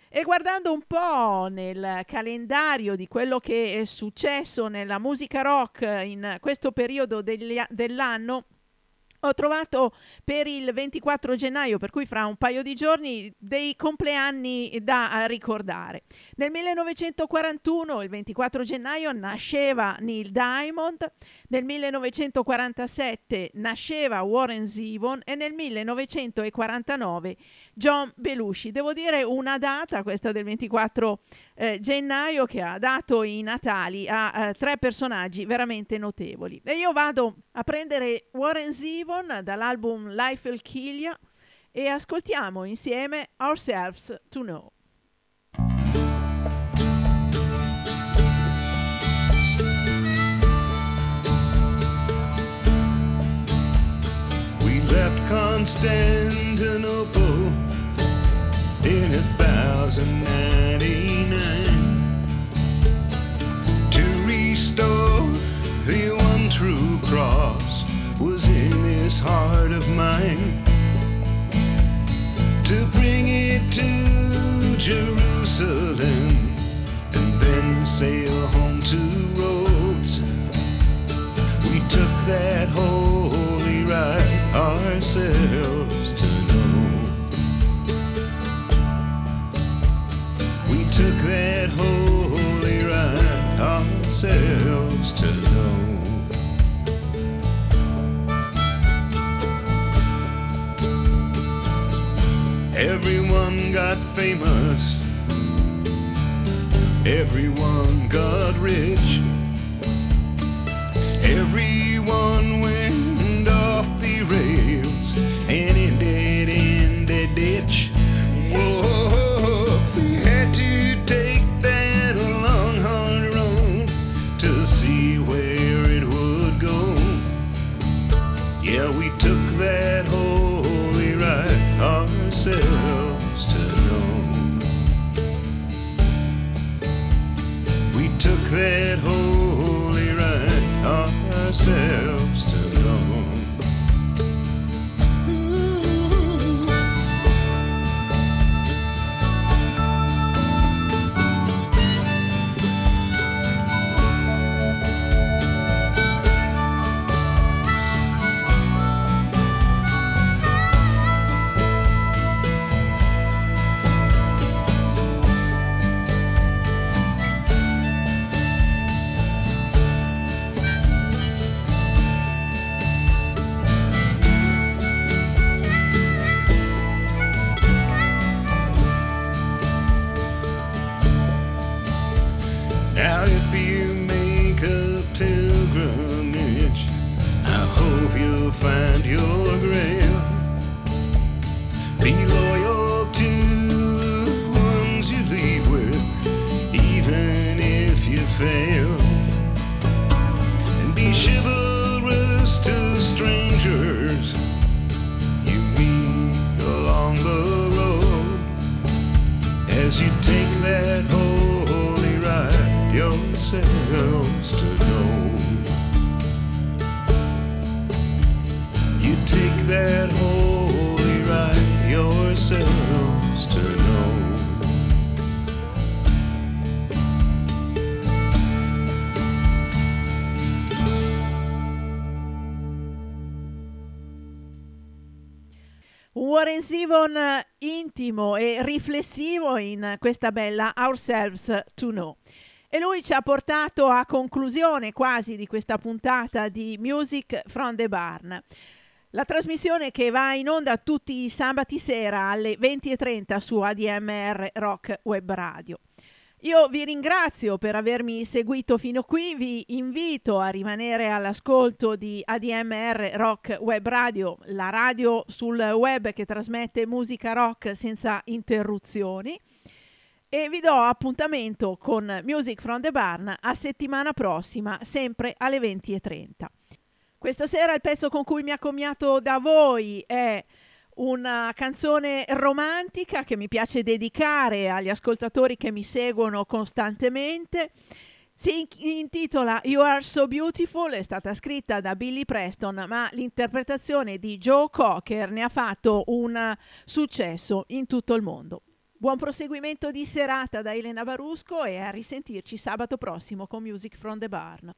E guardando un po' nel calendario di quello che è successo nella musica rock in questo periodo dell'anno, ho trovato per il 24 gennaio, per cui fra un paio di giorni, dei compleanni da ricordare. Nel 1941, il 24 gennaio, nasceva Neil Diamond, nel 1947 nasceva Warren Zevon e nel 1949 John Belushi. Devo dire una data, questa del 24 gennaio, che ha dato i natali a tre personaggi veramente notevoli. E io vado a prendere Warren Zevon dall'album Life Will Kill Ya e ascoltiamo insieme Ourselves to Know. We left Constantinople in 1099 to restore the one true cross was in this heart of mine, to bring it to Jerusalem and then sail home to Rhodes. We took that holy ride ourselves to know. We took that holy ride ourselves to know. Everyone got famous, everyone got rich, everyone went off the rails and ended in the ditch. Whoa, we had to take that long hard road to see where it would go. Yeah, we took that holy ride ourselves to know. We took that holy ride ourselves to know. Now if you make a pilgrimage, I hope you'll find your grail. Be loyal to the ones you leave with, even if you fail. And be chivalrous to strangers you meet along the road, as you take that holy ride yourselves to know. You take that holy ride yourselves to know. Un Warren Zevon intimo e riflessivo in questa bella Ourselves to Know. E lui ci ha portato a conclusione quasi di questa puntata di Music from the Barn. La trasmissione che va in onda tutti i sabati sera alle 20:30 su ADMR Rock Web Radio. Io vi ringrazio per avermi seguito fino qui, vi invito a rimanere all'ascolto di ADMR Rock Web Radio, la radio sul web che trasmette musica rock senza interruzioni. E vi do appuntamento con Music from the Barn a settimana prossima, sempre alle 20:30. Questa sera il pezzo con cui mi accomiato da voi è una canzone romantica che mi piace dedicare agli ascoltatori che mi seguono costantemente. Si intitola You Are So Beautiful, è stata scritta da Billy Preston, ma l'interpretazione di Joe Cocker ne ha fatto un successo in tutto il mondo. Buon proseguimento di serata da Elena Barusco e a risentirci sabato prossimo con Music from the Barn.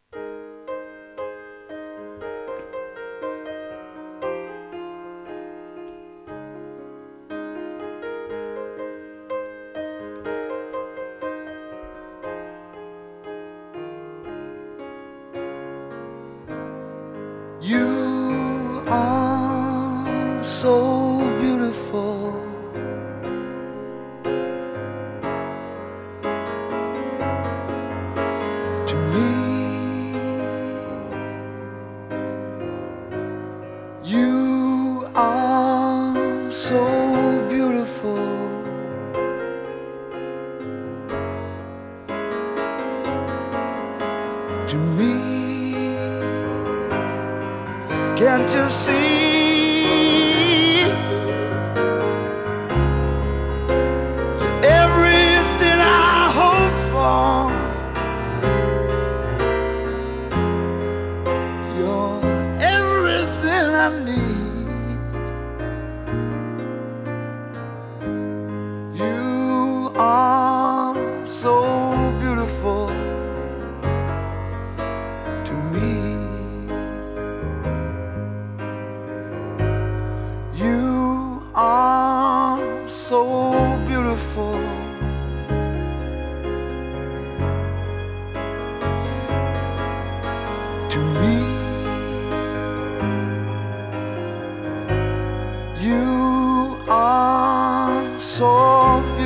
You are so beautiful. To me, you are so beautiful. To me, can't you see? You're everything I hope for. You're everything I need. You are so beautiful to me. You are so beautiful to me. You are so beautiful.